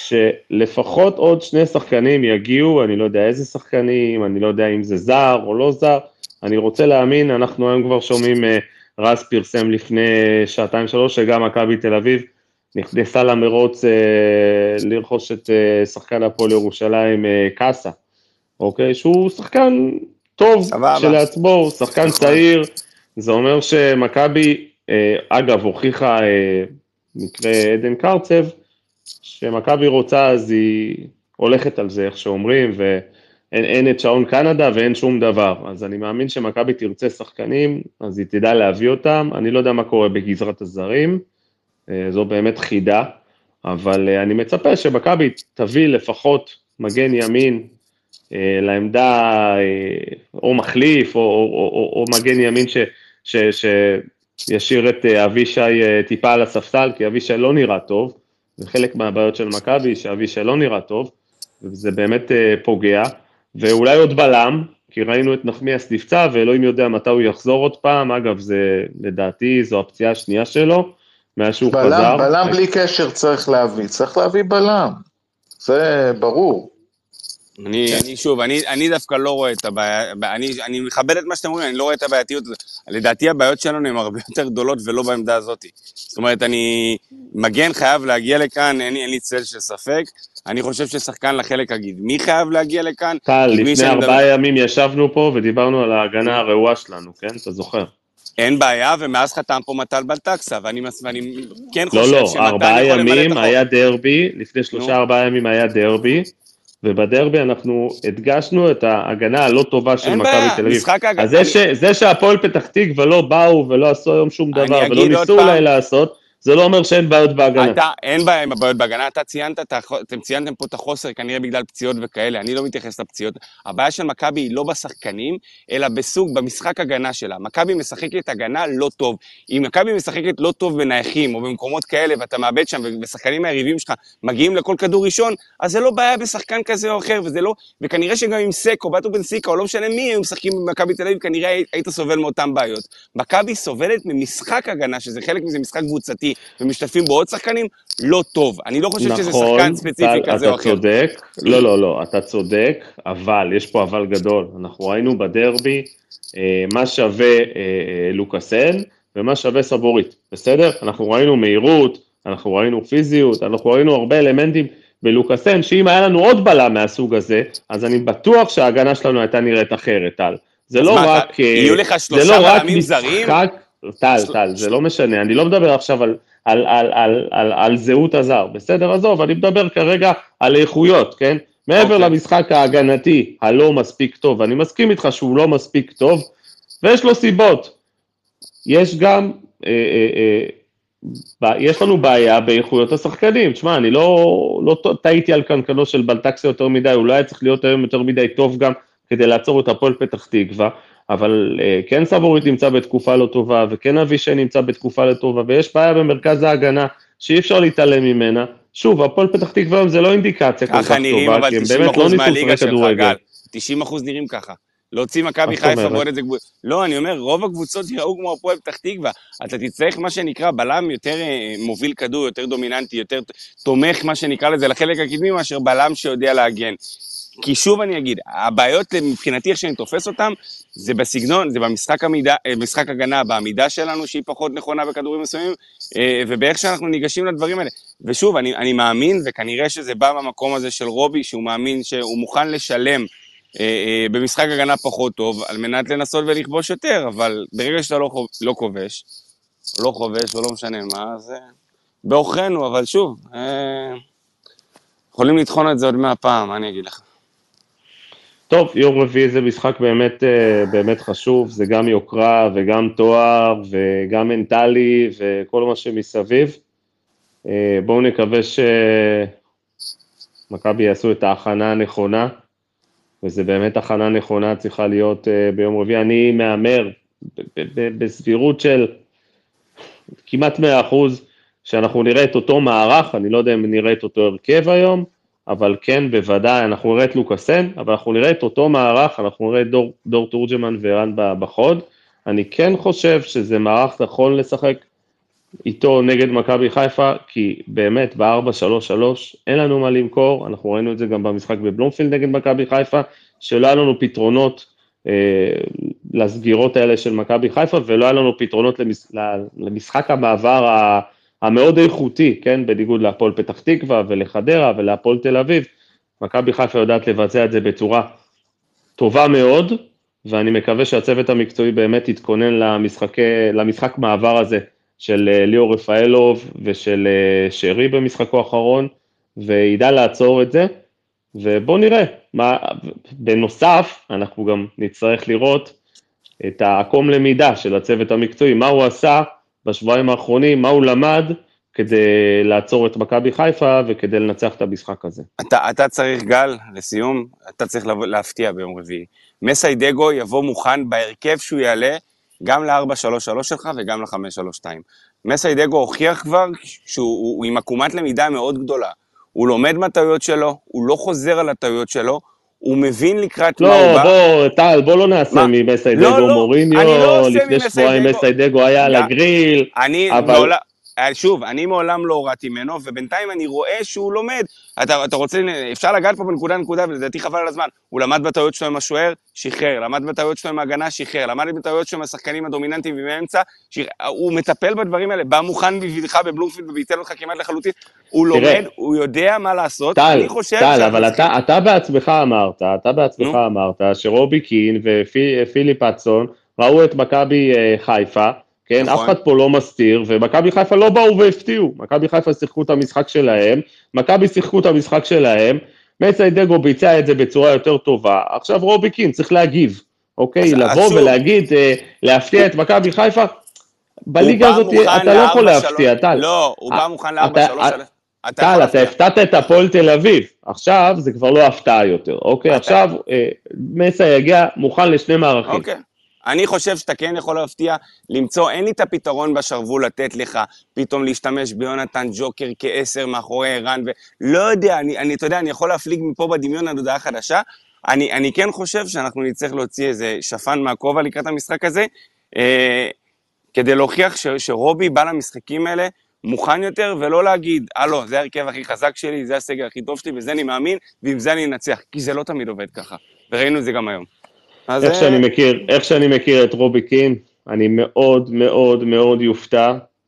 שלפחות עוד שני שחקנים יגיעו, אני לא יודע איזה שחקנים, אני לא יודע אם זה זר או לא זר, אני רוצה להאמין, אנחנו היום כבר שומעים, רז פרסם לפני שעתיים-שלוש, שגם מכבי תל אביב נכנסה למרוץ לרכוש את שחקן הפועל ירושלים קאסה, אוקיי? שהוא שחקן טוב שלעצמו, הוא שחקן צעיר, זה אומר שמכבי, אגב, הוכיחה מקרה עדן קרצב, שמכבי רוצה, אז היא הולכת על זה, איך שאומרים, ואין את שעון קנדה ואין שום דבר. אז אני מאמין שמכבי תרצה שחקנים, אז היא תדע להביא אותם. אני לא יודע מה קורה בגזרת הזרים, זו באמת חידה, אבל אני מצפה שמכבי תביא לפחות מגן ימין לעמדה, או מחליף, או מגן ימין שישאיר את אבישי טיפה על הספסל, כי אבישי לא נראה טוב, זה חלק מהבעיות של מכבי, שאבישי לא נראה טוב, וזה באמת פוגע, ואולי עוד בלם, כי ראינו את נחמיאס נפצע, ואלוהים יודע מתי הוא יחזור עוד פעם, אגב, זה לדעתי, זו הפציעה השנייה שלו, מאז שהוא חזר. בלם בלי קשר צריך להביא בלם, זה ברור. אני דווקא לא רואה את הבעיה, אני מכבד את מה שאתם אומרים, אני לא רואה את הבעייתיות, לדעתי הבעיות שלנו הן הרבה יותר גדולות ולא בעמדה הזאת. זאת אומרת, מגן חייב להגיע לכאן, אין לי צל של ספק, אני חושב ששחקן לחלק אגיד, מי חייב להגיע לכאן? טל, לפני 4 ימים ישבנו פה ודיברנו על ההגנה הרעועה שלנו, כן? אתה זוכר? אין בעיה, ומאז חתם פה מטל בלטקסה, ואני כן חושב שמטל יכול למלא את החוק. 4 ימים היה דרבי, לפני 3-4 ימים היה דרבי, ובדרבי אנחנו הדגשנו את ההגנה הלא טובה של מכבי תל אביב. אז זה שהפועל פתח תקווה ולא באו ולא עשו היום שום דבר, ולא ניסו אולי לעשות, זה לא אומר שאין בעיות בהגנה. אין בעיה עם הבעיות בהגנה, אתם ציינתם פה את החוסר, כנראה בגלל פציעות וכאלה, אני לא מתייחס לפציעות. הבעיה של מכבי היא לא בשחקנים, אלא במשחק הגנה שלה. מכבי משחקת הגנה לא טוב. אם מכבי משחקת לא טוב בנייחים, או במקומות כאלה, ואתה מאבד שם, ושחקנים היריבים שלך מגיעים לכל כדור ראשון, אז זה לא בעיה בשחקן כזה או אחר, וכנראה שגם עם סק, או באטו בן סיקה, או לא משנה מי, הם משחקים במכבי תל אביב, כנראה היית סובל מאותם בעיות. מכבי סובלת ממשחק הגנה, שזה חלק מזה משחק קבוצתי, ומשתתפים בו עוד שחקנים, לא טוב. אני לא חושב שזה שחקן ספציפי כזה או אחר. אתה צודק, לא, אתה צודק, אבל, יש פה אבל גדול. אנחנו ראינו בדרבי, מה שווה לוקאסן, ומה שווה סבורית, בסדר? אנחנו ראינו מהירות, אנחנו ראינו פיזיות, אנחנו ראינו הרבה אלמנטים בלוקאסן, שאם היה לנו עוד בלם מהסוג הזה, אז אני בטוח שההגנה שלנו הייתה נראת אחרת, טל. זה לא רק... יהיו לך 3 בלמים זרים? טל, זה לא משנה, אני לא מדבר עכשיו על זהות הזר, בסדר, עזוב, אני מדבר כרגע על איכויות, כן? מעבר למשחק ההגנתי הלא מספיק טוב, אני מסכים איתך שהוא לא מספיק טוב, ויש לו סיבות. יש גם, יש לנו בעיה באיכויות השחקנים, תשמע, אני לא טעיתי על קנקנו של בלטקסה יותר מדי, הוא לא היה צריך להיות היום יותר מדי טוב גם, כדי לעצור את הפועל פתח תקווה, אבל כן סבורית נמצא בתקופה לא טובה, וכן אבישי נמצא בתקופה לא טובה, ויש בעיה במרכז ההגנה, שאי אפשר להתעלם ממנה. שוב, הפועל פתח תקווה זה לא אינדיקציה כל כך טובה, כי הם באמת לא ניסו לשחק כדורגל. 90% נראים ככה. להוציא מכבי חיפה ועוד את זה קבוצה. לא, אני אומר, רוב הקבוצות יראו כמו הפועל פתח תקווה. אתה תצטרך מה שנקרא בלם יותר מוביל כדור, יותר דומיננטי, יותר תומך מה שנקרא לזה לחלק הקדמי, מאשר בלם שיודע להגן. כי שוב אני אגיד, הבעיות מבחינתי איך שאני תופס אותם, זה בסגנון, זה במשחק הגנה, בעמידה שלנו שהיא פחות נכונה בכדורים מסוימים, ובאיך שאנחנו ניגשים לדברים האלה. ושוב, אני מאמין, וכנראה שזה בא מהמקום הזה של רובי, שהוא מאמין שהוא מוכן לשלם במשחק הגנה פחות טוב, על מנת לנסות ולכבוש יותר, אבל ברגע שאתה לא כובש, לא חובש ולא משנה מה, אז באוכרנו, אבל שוב, יכולים לתחון את זה עוד 100 פעם, מה אני אגיד לך? טוב, יום רביעי זה משחק באמת חשוב, זה גם יוקרה וגם תואר וגם מנטלי וכל מה שמסביב. בואו נקווה שמכבי יעשו את ההכנה הנכונה, וזה באמת הכנה נכונה צריכה להיות ביום רביעי. אני מאמר בסבירות של כמעט 100% שאנחנו נראה את אותו מערך, אני לא יודע אם נראה את אותו הרכב היום, אבל כן, בוודאי, אנחנו נראה את לוקאסן, אבל אנחנו נראה את אותו מערך, אנחנו נראה את דור תורג'מן וערן בחוד. אני כן חושב שזה מערך נכון לשחק איתו נגד מכבי חיפה, כי באמת ב-4-3-3 אין לנו מה למכור, אנחנו ראינו את זה גם במשחק בבלומפילד נגד מכבי חיפה, שלא היה לנו פתרונות לסגירות האלה של מכבי חיפה, ולא היה לנו פתרונות למשחק המעבר המאוד איכותי, כן, בניגוד להפועל פתח תקווה ולחדרה ולהפועל תל אביב, מכבי חיפה יודעת לבצע את זה בצורה טובה מאוד, ואני מקווה שהצוות המקצועי באמת יתכונן למשחק מעבר הזה, של ליאור רפאלוב ושל שרי במשחקו האחרון, וידע לעצור את זה, ובוא נראה, בנוסף, אנחנו גם נצטרך לראות את העקום למידה של הצוות המקצועי, מה הוא עשה בשבועיים האחרונים, מה הוא למד, כדי לעצור את מכבי חיפה, וכדי לנצח את המשחק הזה. אתה צריך, גל, לסיום, אתה צריך להפתיע ביום רביעי. מסיידגו יבוא מוכן בהרכב שהוא יעלה, גם ל-4-3-3 שלך וגם ל-5-3-2. מסיידגו הוכיח כבר שהוא עם עקומת למידה מאוד גדולה. הוא לומד מהטעויות שלו, הוא לא חוזר על הטעויות שלו, הוא מבין לקראת מה הוא בא. לא, טל, בוא לא נעשה ממסיידגו מוריניו, לפני שבועיים מסיידגו היה על הגריל, שוב, אני מעולם לא הורדתי ממנו, ובינתיים אני רואה שהוא לומד. אתה רוצה, אפשר לגעת פה בנקודה, ולדעתי חבל על הזמן. הוא למד בטעויות שלו עם השוער, שחרר. למד בטעויות שלו עם ההגנה, שחרר. למד בטעויות שלו עם השחקנים הדומיננטיים ומאמצע, הוא מטפל בדברים האלה, בא מוכן בשבילך בבלומפילד וביטל אותך כמעט לחלוטין. הוא לומד, הוא יודע מה לעשות. טל, אבל אתה בעצמך אמרת שרובי קין ופיליפ אצון ראו את מכבי חיפה, כן, אף אחד פה לא מסתיר, ומכבי חיפה לא באו והפתיעו, מכבי חיפה שיחקו את המשחק שלהם, מסיידגו ביצע את זה בצורה יותר טובה, עכשיו רובי קין צריך להגיב, אוקיי, לבוא ולהגיד, להפתיע את מכבי חיפה, בליגה הזאת אתה לא יכול להפתיע, טל. לא, הוא בא מוכן ל-4-3-3. טל, אתה הפתעת את הפועל תל אביב, עכשיו זה כבר לא הפתעה יותר, אוקיי, עכשיו מסי יגיע מוכן לשני מערכים. אוקיי. אני חושב שאתה כן יכול להפתיע, למצוא, אין לי את הפתרון בשרוול לתת לך, פתאום להשתמש ביונתן ג'וקר כ10 מאחורי ערן, ולא יודע, אתה יודע, אני יכול להפליג מפה בדמיון עד הודעה חדשה, אני כן חושב שאנחנו נצטרך להוציא איזה שפן מהכובע לקראת המשחק הזה, כדי להוכיח שרובי בא למשחקים האלה מוכן יותר, ולא להגיד, לא, זה הרכב הכי חזק שלי, זה הסגל הכי טוב שלי, וזה אני מאמין, ועם זה אני אנצח, כי זה לא תמיד עובד ככה, וראינו את זה גם היום. איך שאני מכיר את רובי קין, אני מאוד מאוד מאוד יופתע,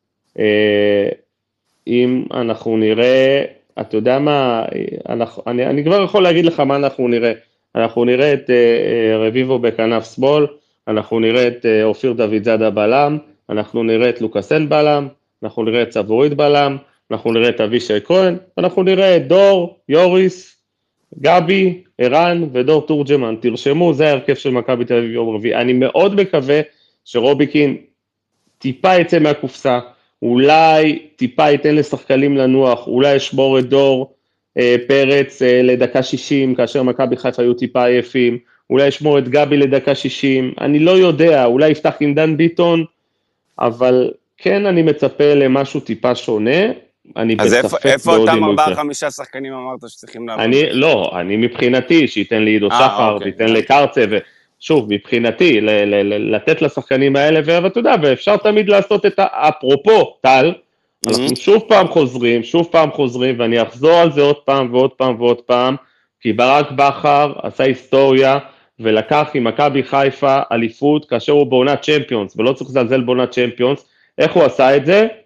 אם אנחנו נראה, אתה יודע מה, אני כבר יכול להגיד לך מה אנחנו נראה את רביבו בכנף שמאל, אנחנו נראה את אופיר דוד זאדה בלם, אנחנו נראה את לוקאסן בלם, אנחנו נראה את סבורית בלם, אנחנו נראה את אבישי כהן, אנחנו נראה את דור, יוריס, גבי, ערן ודור תורג'מן, תרשמו, זה ההרכב של מכבי תל אביב יום רביעי. אני מאוד מקווה שרובי קין טיפה יצא מהקופסה, אולי טיפה ייתן לשחקנים לנוח, אולי ישמור את דור פרץ לדקה 60, כאשר מכבי חיפה היו טיפה עייפים, אולי ישמור את גבי לדקה 60, אני לא יודע, אולי יפתח עם דן ביטון, אבל כן אני מצפה למשהו טיפה שונה, אז איפה אותם 4-5 שחקנים אמרת שצריכים לעבוד? אני מבחינתי, שייתן לי עידו שחר, שייתן לקרצה, ושוב, מבחינתי, לתת לשחקנים האלה, ואתה יודע, ואפשר תמיד לעשות את אפרופו, טל, אנחנו שוב פעם חוזרים, ואני אחזור על זה עוד פעם ועוד פעם ועוד פעם, כי ברק בכר עשה היסטוריה, ולקח עם מכבי חיפה אליפות, כאשר הוא בעונת צ'מפיונס, ולא צריך לזלזל בעונת צ'מפיונס, איך הוא עשה את זה?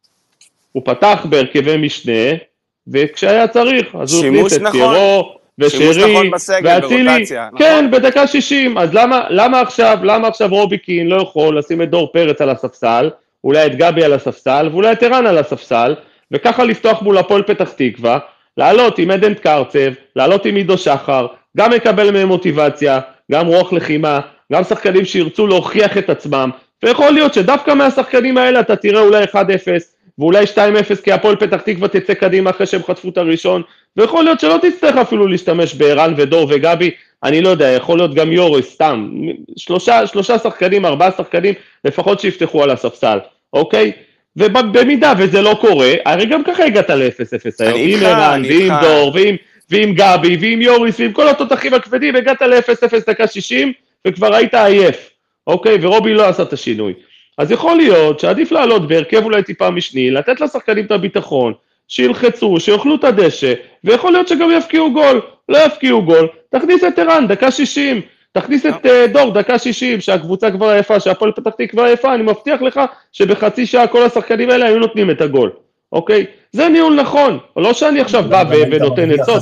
הוא פתח בהרכבי משנה, וכשהיה צריך, אז הוא הכניס את פירו, ושרי, ואצילי, כן, בדקה 60, אז למה עכשיו רובי קין לא יכול לשים את דור פרץ על הספסל, אולי את גבי על הספסל, ואולי את ערן על הספסל, וככה לפתוח מול הפועל פתח תקווה, לעלות עם עדן קרצב, לעלות עם עידו שחר, גם מקבל מהם מוטיבציה, גם רוח לחימה, גם שחקנים שירצו להוכיח את עצמם, ויכול להיות שדווקא מהשחקנים האלה אתה תראה אולי 1-0, ואולי 2-0 כי הפועל פתח תקווה תצא קדימה אחרי שהם חטפו את הראשון, ויכול להיות שלא תצטרך אפילו להשתמש בערן ודור וגבי, אני לא יודע, יכול להיות גם יורי, סתם, 3 שחקנים, 4 שחקנים, לפחות שיפתחו על הספסל, אוקיי? ובמידה וזה לא קורה, הרי גם ככה הגעת ל-0-0 היום, עם ערן ועם דור ועם גבי ועם יוריס ועם כל התותחים הכבדים, הגעת ל-0-0 דקה 60 וכבר היית עייף, אוקיי? ורובי לא עשה את השינוי. אז יכול להיות שעדיף לעלות בהרכב אולי טיפה משני, לתת לשחקנים את הביטחון, שילחצו, שיאכלו את הדשא, ויכול להיות שגם יפקיעו גול, לא יפקיעו גול, תכניס את ערן, דקה 60, תכניס את דור, דקה 60, שהקבוצה כבר עייפה, שהפועל פתח תקווה עייפה, אני מבטיח לך שבחצי שעה כל השחקנים האלה היו נותנים את הגול, אוקיי? זה ניהול נכון, לא שאני עכשיו בא ונותן עצות,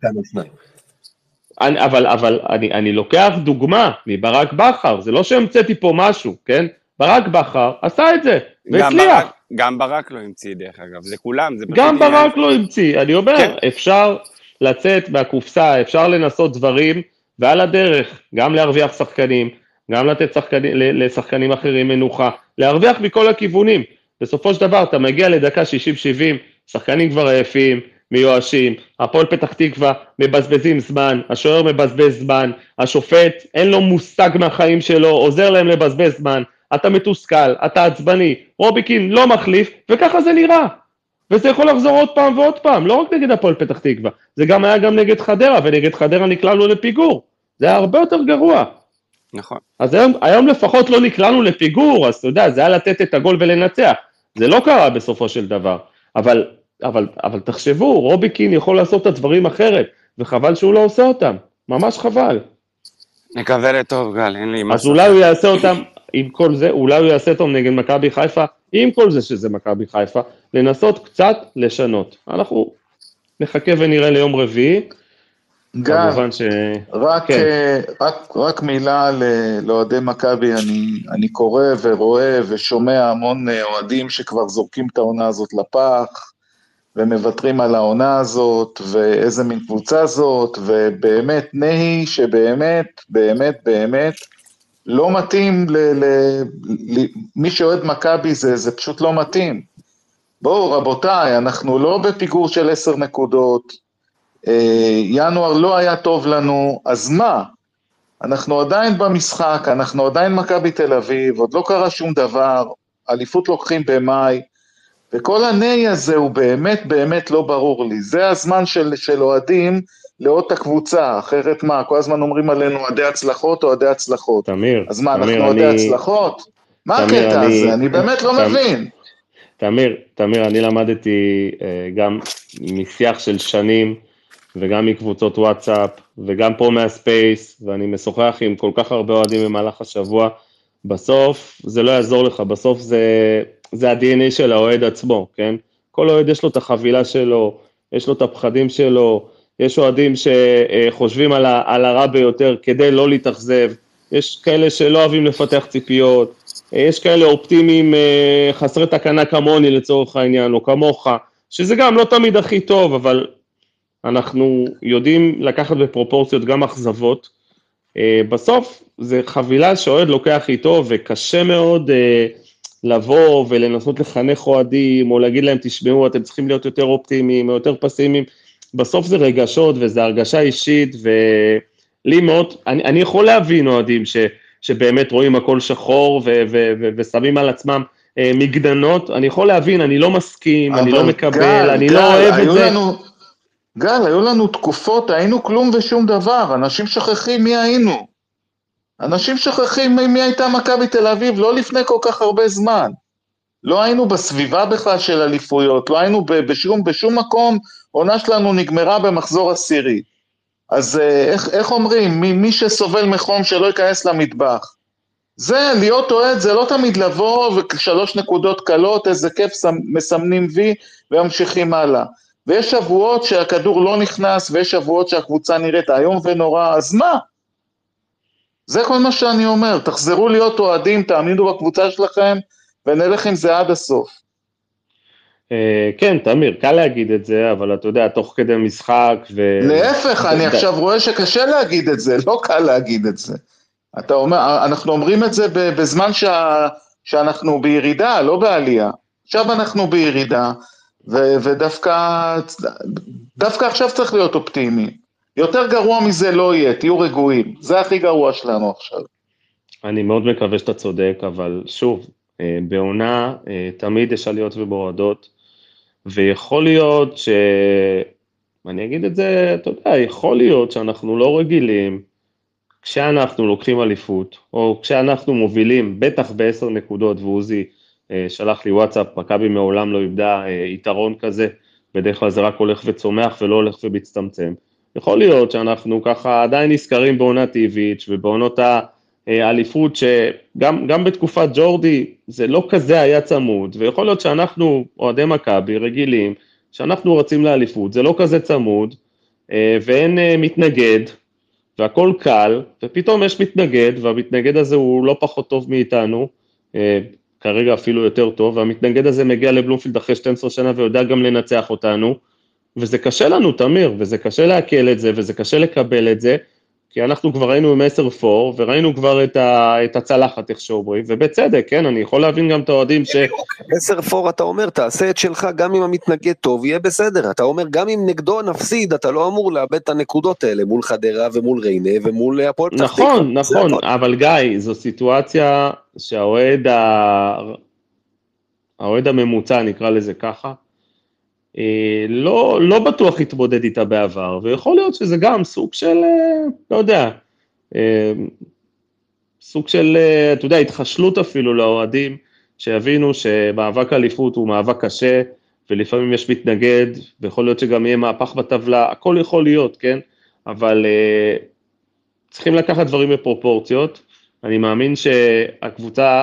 אבל אני לוקח דוגמה מברק בכר, זה לא שהמצאתי פה משהו, כן? ברק בכר עשה את זה, והצליח. גם ברק לא המציא דרך אגב, זה כולם, זה גם ברק לא המציא, אני אומר, אפשר לצאת מהקופסה, אפשר לנסות דברים, ועל הדרך, גם להרוויח שחקנים, גם לתת לשחקנים אחרים מנוחה, להרוויח מכל הכיוונים. בסופו של דבר, אתה מגיע לדקה 60-70, שחקנים כבר עייפים, מיואשים, הפועל פתח תקווה מבזבזים זמן, השוער מבזבז זמן, השופט אין לו מושג מהחיים שלו, עוזר להם לבזבז זמן, אתה מתוסכל, אתה עצבני, רוביקין לא מחליף, וככה זה נראה. וזה יכול לחזור עוד פעם ועוד פעם, לא רק נגד הפועל פתח תקווה, זה גם היה גם נגד חדרה, ונגד חדרה נקלענו לפיגור, זה היה הרבה יותר גרוע. נכון. אז היום לפחות לא נקלענו לפיגור, אז אתה יודע, זה היה לתת את הגול ולנצח, זה לא קרה בסופו של דבר, אבל תחשבו, רוביקין יכול לעשות את הדברים אחרת, וחבל שהוא לא עושה אותם, ממש חבל. נקווה לטוב גל, אין לי אז אולי הוא יעשה אותם, עם כל זה, אולי הוא יעשה אותם נגד מכבי חיפה, עם כל זה שזה מכבי חיפה, לנסות קצת לשנות. אנחנו נחכה ונראה ליום רביעי, גל, רק מילה לאוהדי מכבי, אני קורא ורואה ושומע המון אוהדים שכבר זורקים את העונה הזאת לפח, ומוותרים על העונה הזאת, ואיזה מין קבוצה זאת, ובאמת נהי שבאמת, באמת, באמת, לא מתאים מי שאוהד מכבי, זה פשוט לא מתאים. בואו רבותיי, אנחנו לא בפיגור של 10 נקודות, ינואר לא היה טוב לנו, אז מה? אנחנו עדיין במשחק, אנחנו עדיין מכבי תל אביב, עוד לא קרה שום דבר, אליפות לוקחים במאי, וכל הנהי הזה הוא באמת באמת לא ברור לי, זה הזמן של אוהדים לעוד את הקבוצה, אחרת מה, כל הזמן אומרים עלינו אוהדי הצלחות או אוהדי הצלחות, תמיר, אז מה, אנחנו אוהדי הצלחות? מה הקטע הזה? אני באמת לא מבין. תמיר, אני למדתי גם משיח של שנים, וגם מקבוצות וואטסאפ, וגם פה מהספייס, ואני משוחח עם כל כך הרבה אוהדים במהלך השבוע, בסוף זה לא יעזור לך, בסוף זה ה-DNA של האוהד עצמו, כן? כל אוהד יש לו את החבילה שלו, יש לו את הפחדים שלו, יש אוהדים שחושבים על הרע ביותר כדי לא להתאכזב, יש כאלה שלא אוהבים לפתח ציפיות, יש כאלה אופטימיים חסרי תקנה כמוני לצורך העניין, או כמוך, שזה גם לא תמיד הכי טוב, אבל אנחנו יודעים לקחת בפרופורציות גם אכזבות, בסוף זה חבילה שאוהד לוקח איתו, וקשה מאוד לבוא ולנסות לחנך אוהדים, או להגיד להם תשמעו, אתם צריכים להיות יותר אופטימיים, או יותר פסימיים, בסוף זה רגשות, וזה הרגשה אישית, ולי מאוד, אני יכול להבין אוהדים שבאמת רואים הכל שחור, ושמים על עצמם מגדנות, אני יכול להבין, אני לא מסכים, אני לא מקבל, אני לא אוהב את זה. גל, היו לנו תקופות, היינו כלום ושום דבר, אנשים שכחים מי היינו. אנשים שכחים מי הייתה מכבי תל אביב, לא לפני כל כך הרבה זמן. לא היינו בסביבה בכלל של אליפויות, לא היינו בשום מקום, עונה שלנו נגמרה במחזור עשירי. אז איך אומרים, מי שסובל מחום שלא ייכנס למטבח. זה, להיות אוהד, זה לא תמיד לבוא ו3 נקודות קלות, איזה כיף מסמנים וי וממשיכים הלאה. ויש שבועות שהכדור לא נכנס, ויש שבועות שהקבוצה נראית היום ונורא, אז מה? זה כל מה שאני אומר, תחזרו להיות אוהדים, תאמינו בקבוצה שלכם, ונלך עם זה עד הסוף. כן, תמיר, קל להגיד את זה, אבל אתה יודע, תוך כדי משחק להפך, אני עכשיו רואה שקשה להגיד את זה, לא קל להגיד את זה. אתה אומר, אנחנו אומרים את זה בזמן שאנחנו בירידה, לא בעלייה. עכשיו אנחנו בירידה, ודווקא עכשיו צריך להיות אופטימי. יותר גרוע מזה לא יהיה, תהיו רגועים. זה הכי גרוע שלנו עכשיו. אני מאוד מקווה שאתה צודק, אבל שוב, בעונה תמיד יש עליות ובורדות, ויכול להיות אני אגיד את זה, אתה יודע, יכול להיות שאנחנו לא רגילים, כשאנחנו לוקחים אליפות, או כשאנחנו מובילים, בטח ב10 נקודות, ועוזי שלח לי וואטסאפ, מכבי מעולם לא איבדה יתרון כזה, בדרך כלל זה רק הולך וצומח ולא הולך ומצטמצם. יכול להיות שאנחנו ככה עדיין נזכרים בעונת איביץ' ובעונות האליפות, שגם בתקופת ג'ורדי זה לא כזה היה צמוד, ויכול להיות שאנחנו, אוהדי מכבי, רגילים, שאנחנו רצים לאליפות, זה לא כזה צמוד, ואין מתנגד, והכל קל, ופתאום יש מתנגד, והמתנגד הזה הוא לא פחות טוב מאיתנו, כרגע אפילו יותר טוב, והמתנגד הזה מגיע לבלומפילד אחרי 12 שנה, ויודע גם לנצח אותנו, וזה קשה לנו, תמיר, וזה קשה להקל את זה, וזה קשה לקבל את זה, כי אנחנו כבר ראינו עם 10-4, וראינו כבר את הצלחת, איך שאומרים, ובצדק, כן, אני יכול להבין גם את האוהדים 10-4 אתה אומר, תעשה את שלך, גם אם המתנגד טוב, יהיה בסדר, אתה אומר, גם אם נגדו נפסיד, אתה לא אמור לאבד את הנקודות האלה, מול חדרה ומול ריינה, ומול הפועל פתח תקווה. נכון, אבל גיא, זו סיטואציה שהאוהד הממוצע, נקרא לזה ככה, לא בטוח התמודד איתה בעבר, ויכול להיות שזה גם סוג של, לא יודע, סוג של, אתה יודע, התחשלות אפילו לאוהדים, שיבינו שמאבק אליפות הוא מאבק קשה, ולפעמים יש מתנגד, ויכול להיות שגם יהיה מהפך בטבלה, הכל יכול להיות, כן? אבל צריכים לקחת דברים בפרופורציות, אני מאמין שהקבוצה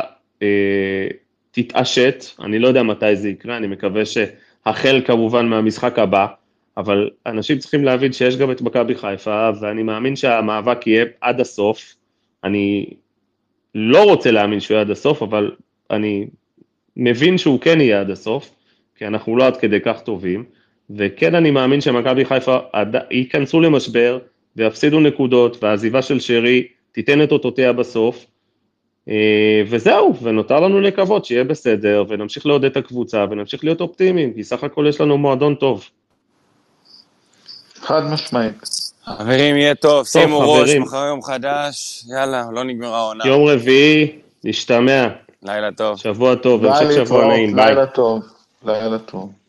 תתעשת, אני לא יודע מתי זה יקרה, אני מקווה שהחל כמובן מהמשחק הבא, אבל אנשים צריכים להבין שיש גם את מכבי חיפה, ואני מאמין שהמאבק יהיה עד הסוף, אני לא רוצה להאמין שהוא יהיה עד הסוף, אבל אני מבין שהוא כן יהיה עד הסוף, כי אנחנו לא עד כדי כך טובים, וכן אני מאמין שמכבי חיפה ייכנסו למשבר, ויפסידו נקודות, והעזיבה של שרי תיתן את אותותיה בסוף, וזהו, ונותר לנו לקוות שיהיה בסדר, ונמשיך לעודד את הקבוצה, ונמשיך להיות אופטימיים, כי סך הכל יש לנו מועדון טוב. חד משמעית. חברים, יהיה טוב, שימו ראש, מחר יום חדש, יאללה, לא נגמר העונה. יום רביעי, נשתמע. לילה טוב. שבוע טוב, המשך שבוע נעים, ביי. לילה טוב, לילה טוב.